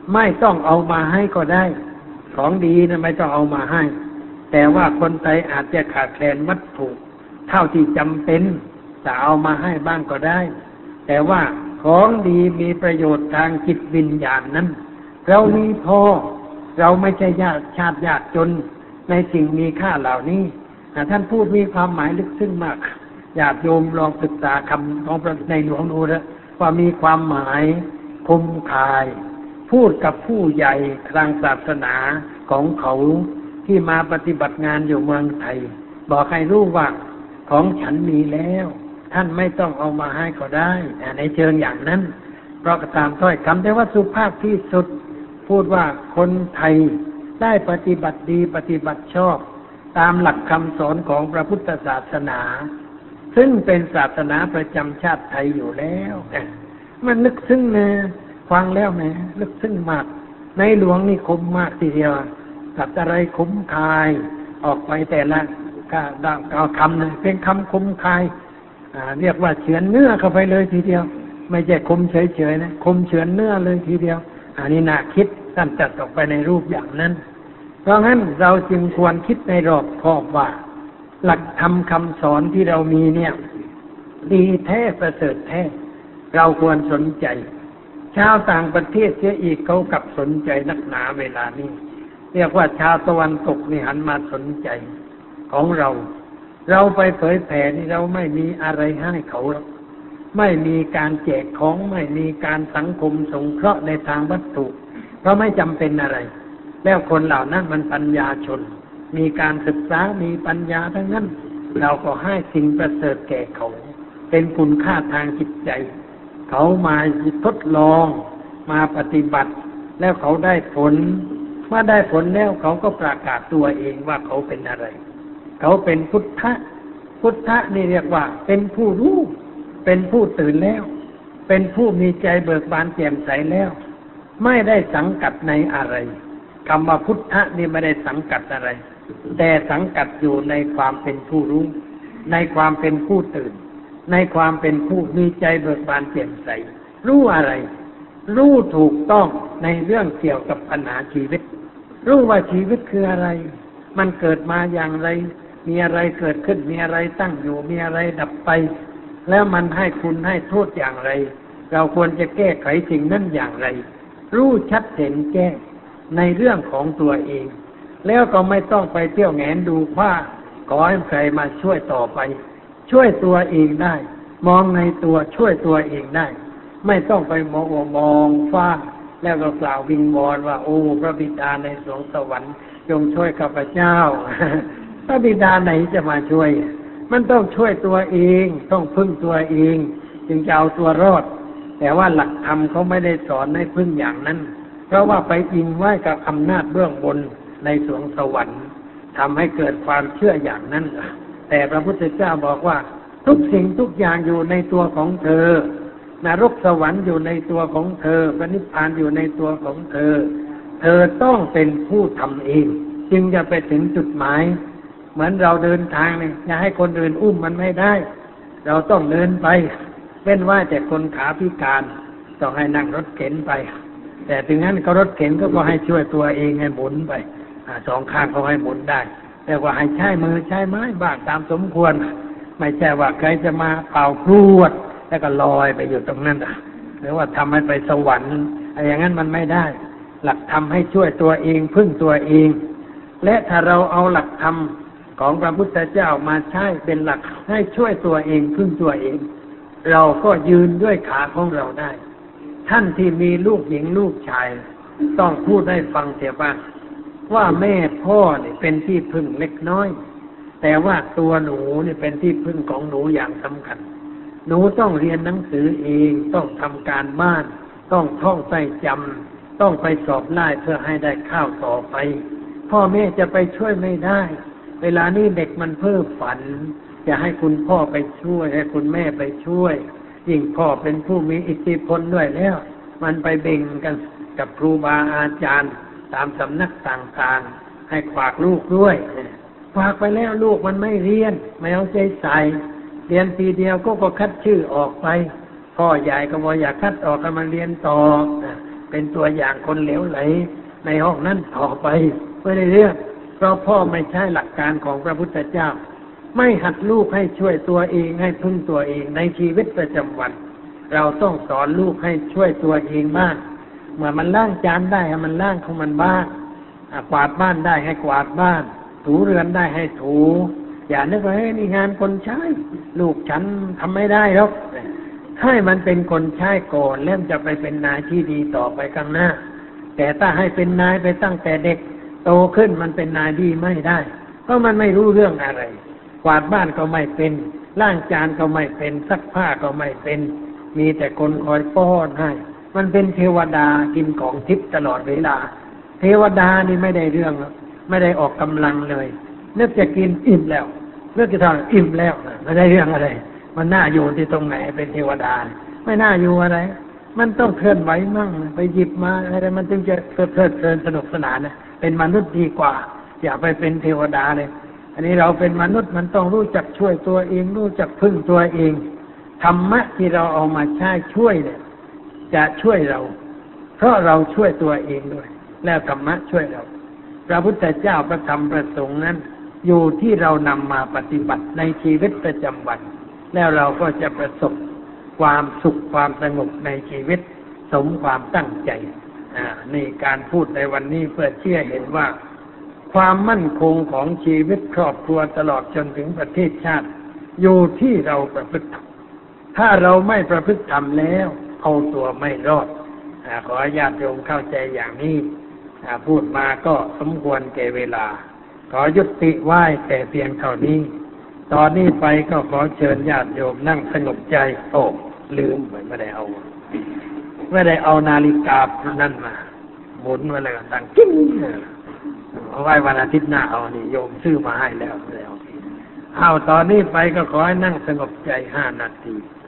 ไม่ต้องเอามาให้ก็ได้ของดีนะไม่ต้องเอามาให้แต่ว่าคนไทยอาจจะขาดแคลนวัตถุเท่าที่จำเป็นจะเอามาให้บ้างก็ได้แต่ว่าของดีมีประโยชน์ทางจิตวิญญาณนั้นเรามีพอเราไม่ใช่ญาติชาติยากจนในสิ่งมีค่าเหล่านี้ท่านพูดมีความหมายลึกซึ้งมากญาติโยมลองศึกษาคำของในหลวงดูนะว่ามีความหมายคมคายพูดกับผู้ใหญ่ทางศาสนาของเขาที่มาปฏิบัติงานอยู่เมืองไทยบอกให้รู้ว่าของฉันมีแล้วท่านไม่ต้องเอามาให้ก็ได้ในเชิงอย่างนั้นเพราะตามถ้อยคำแต่ว่าสุภาพที่สุดพูดว่าคนไทยได้ปฏิบัติดีปฏิบัติชอบตามหลักคำสอนของพระพุทธศาสนาซึ่งเป็นศาสนาประจำชาติไทยอยู่แล้วมันลึกซึ้งนะฟังแล้วแหมลึกซึ้งมากในหลวงนี่คมมากทีเดียวสัตว์อะไรคมคายออกไปแต่ละก็ดังเอาคำหนึ่งเป็นคำคมคายเรียกว่าเฉือนเนื้อเข้าไปเลยทีเดียวไม่ใช่คมเฉยๆนะคมเฉือนเนื้อเลยทีเดียวอันนี้น่าคิดท่านจัดออกไปในรูปอย่างนั้นเพราะงั้นเราจึงควรคิดในรอบคอบว่าหลักธรรมคำสอนที่เรามีเนี่ยดีแท้ประเสริฐแท้เราควรสนใจชาวต่างประเทศเสียอีกเขากลับสนใจนักหนาเวลานี้เรียกว่าชาวตะวันตกนี่หันมาสนใจของเราเราไปเผยแผ่นี่เราไม่มีอะไรให้เขาไม่มีการแจกของไม่มีการสังคมสงเคราะห์ในทางวัตถุเพราะไม่จำเป็นอะไรแล้วคนเหล่านั้นมันปัญญาชนมีการศึกษามีปัญญาทั้งนั้นเราก็ให้สิ่งประเสริฐแก่เขาเป็นคุณค่าทางจิตใจเขามาทดลองมาปฏิบัติแล้วเขาได้ผลเมื่อได้ผลแล้วเขาก็ประกาศตัวเองว่าเขาเป็นอะไรเขาเป็นพุทธะพุทธะนี่เรียกว่าเป็นผู้รู้เป็นผู้ตื่นแล้วเป็นผู้มีใจเบิกบานแจ่มใสแล้วไม่ได้สังกัดในอะไรคำว่าพุทธะนี่ไม่ได้สังกัดอะไรแต่สังกัดอยู่ในความเป็นผู้รู้ในความเป็นผู้ตื่นในความเป็นผู้มีใจเบิกบานแจ่มใสรู้อะไรรู้ถูกต้องในเรื่องเกี่ยวกับปัญหาชีวิตรู้ว่าชีวิตคืออะไรมันเกิดมาอย่างไรมีอะไรเกิดขึ้นมีอะไรตั้งอยู่มีอะไรดับไปแล้วมันให้คุณให้โทษอย่างไรเราควรจะแก้ไขสิ่งนั้นอย่างไรรู้ชัดเจนแก้ในเรื่องของตัวเองแล้วก็ไม่ต้องไปเที่ยวแงนดูว่าขอให้ใครมาช่วยต่อไปช่วยตัวเองได้มองในตัวช่วยตัวเองได้ไม่ต้องไปมองมองฟ้าแล้วก็กล่าววิงวอนว่าโอ้พระบิดาในสวงสวรรค์จงช่วยข้าพเจ้า พระบิดาไหนจะมาช่วยมันต้องช่วยตัวเองต้องพึ่งตัวเองจึงจะเอาตัวรอดแต่ว่าหลักธรรมเขาไม่ได้สอนให้พึ่งอย่างนั้นเพราะว่าไปอิงไว้กับอำนาจเบื้องบนในสวงสวรรค์ทำให้เกิดความเชื่ออย่างนั้นแต่พระพุทธเจ้าบอกว่าทุกสิ่งทุกอย่างอยู่ในตัวของเธอนรกสวรรค์อยู่ในตัวของเธอพระนิพพานอยู่ในตัวของเธอเธอต้องเป็นผู้ทำเองจึงจะไปถึงจุดหมายเหมือนเราเดินทางเนี่ยจะให้คนอื่นอุ้มมันไม่ได้เราต้องเดินไปเป็นว่าแต่คนขาพิการต้องให้นั่งรถเข็นไปแต่ถึงนั้นก็รถเข็นก็ก็ให้ช่วยตัวเองให้หมุนไปสองข้างเขาให้หมุนได้แต่ว่าให้ใช้มือใช้ไม้บ้างตามสมควรไม่ใช่ว่าใครจะมาเป่าพรวดแล้วก็ลอยไปอยู่ตรงนั้นหรือว่าทำให้ไปสวรรค์อะไรอย่างนั้นมันไม่ได้หลักธรรมให้ช่วยตัวเองพึ่งตัวเองและถ้าเราเอาหลักธรรมของพระพุทธเจ้ามาใช้เป็นหลักให้ช่วยตัวเองพึ่งตัวเองเราก็ยืนด้วยขาของเราได้ท่านที่มีลูกหญิงลูกชายต้องพูดให้ฟังเสียบ้างว่าแม่พ่อเนี่ยเป็นที่พึ่งเล็กน้อยแต่ว่าตัวหนูเนี่ยเป็นที่พึ่งของหนูอย่างสำคัญหนูต้องเรียนหนังสือเองต้องทำการบ้านต้องท่องใส่จำต้องไปสอบไล่เพื่อให้ได้ข้าวต่อไปพ่อแม่จะไปช่วยไม่ได้เวลานี้เด็กมันเพ้อฝันจะให้คุณพ่อไปช่วยให้คุณแม่ไปช่วยยิ่งพ่อเป็นผู้มีอิทธิพลด้วยแล้วมันไปเบ่งกันกับครูบาอาจารย์ตามสำนักต่างๆให้ฝากลูกด้วยฝากไปแล้วลูกมันไม่เรียนไม่เอาใจใส่เรียนปีเดียวก็ก็คัดชื่อออกไปพ่อใหญ่ก็บอกอยากคัดออกกันมาเรียนต่อเป็นตัวอย่างคนเหลวไหลในห้องนั้นต่อไปไม่ได้เรื่องเพราะพ่อไม่ใช่หลักการของพระพุทธเจ้าไม่หัดลูกให้ช่วยตัวเองให้พึ่งตัวเองในชีวิตประจำวันเราต้องสอนลูกให้ช่วยตัวเองบ้างเมื่อมันล้างจานได้ให้มันล้างของมันบ้างกวาดบ้านได้ให้กวาดบ้านถูเรือนได้ให้ถูอย่านึกว่าเฮ้ยนี่งานคนใช้ลูกฉันทำไม่ได้หรอกให้มันเป็นคนใช้ก่อนแล้วจะไปเป็นนายที่ดีต่อไปข้างหน้าแต่ถ้าให้เป็นนายไปตั้งแต่เด็กโตขึ้นมันเป็นนายดีไม่ได้เพราะมันไม่รู้เรื่องอะไรกวาดบ้านก็ไม่เป็นล้างจานก็ไม่เป็นซักผ้าก็ไม่เป็นมีแต่คนคอยป้อนให้มันเป็นเทวดากินของทิพย์ตลอดเวลาเทวดานี่ไม่ได้เรื่องไม่ได้ออกกำลังเลยนึกจะกินอิ่มแล้วนึกจะทำอิ่มแล้วไม่ได้เรื่องอะไรมันน่าอยู่ที่ตรงไหนเป็นเทวดาไม่น่าอยู่อะไรมันต้องเคลื่อนไหวมั่งไปหยิบมาอะไรมันจึงจะเพลิดเพลินสนุกสนานนะเป็นมนุษย์ดีกว่าอย่าไปเป็นเทวดาเลยอันนี้เราเป็นมนุษย์มันต้องรู้จักช่วยตัวเองรู้จักพึ่งตัวเองธรรมะที่เราเอามาใช้ช่วยเนี่ยจะช่วยเราเพราะเราช่วยตัวเองด้วยแล้วธรรมะช่วยเราพระพุทธเจ้าพระธรรมพระสงฆ์นั้นอยู่ที่เรานำมาปฏิบัติในชีวิตประจำวันแล้วเราก็จะประสบความสุขความสงบในชีวิตสมความตั้งใจอ่านี่การพูดในวันนี้เพื่อเชื่อเห็นว่าความมั่นคงของชีวิตครอบครัวตลอดจนถึงประเทศชาติอยู่ที่เราประพฤติธรรมถ้าเราไม่ประพฤติธรรมแล้วเอาตัวไม่รอดอ่าขอญาติโยมเข้าใจอย่างนี้อ่าพูดมาก็สมควรแก่เวลาขอยุติไว้แต่เพียงเท่านี้ตอนนี้ไปก็ขอเชิญญาติโยมนั่งสงบใจโอ้ลืมไปไม่ได้เอาไม่ได้เอานาฬิกานั่นมาหมุนมาเลยดังกิ้งเอาไว้วันอาทิตย์หน้าเอานี่โยมซื้อมาให้แล้วแล้วเอาตอนนี้ไปก็ขอให้นั่งสงบใจห้านาที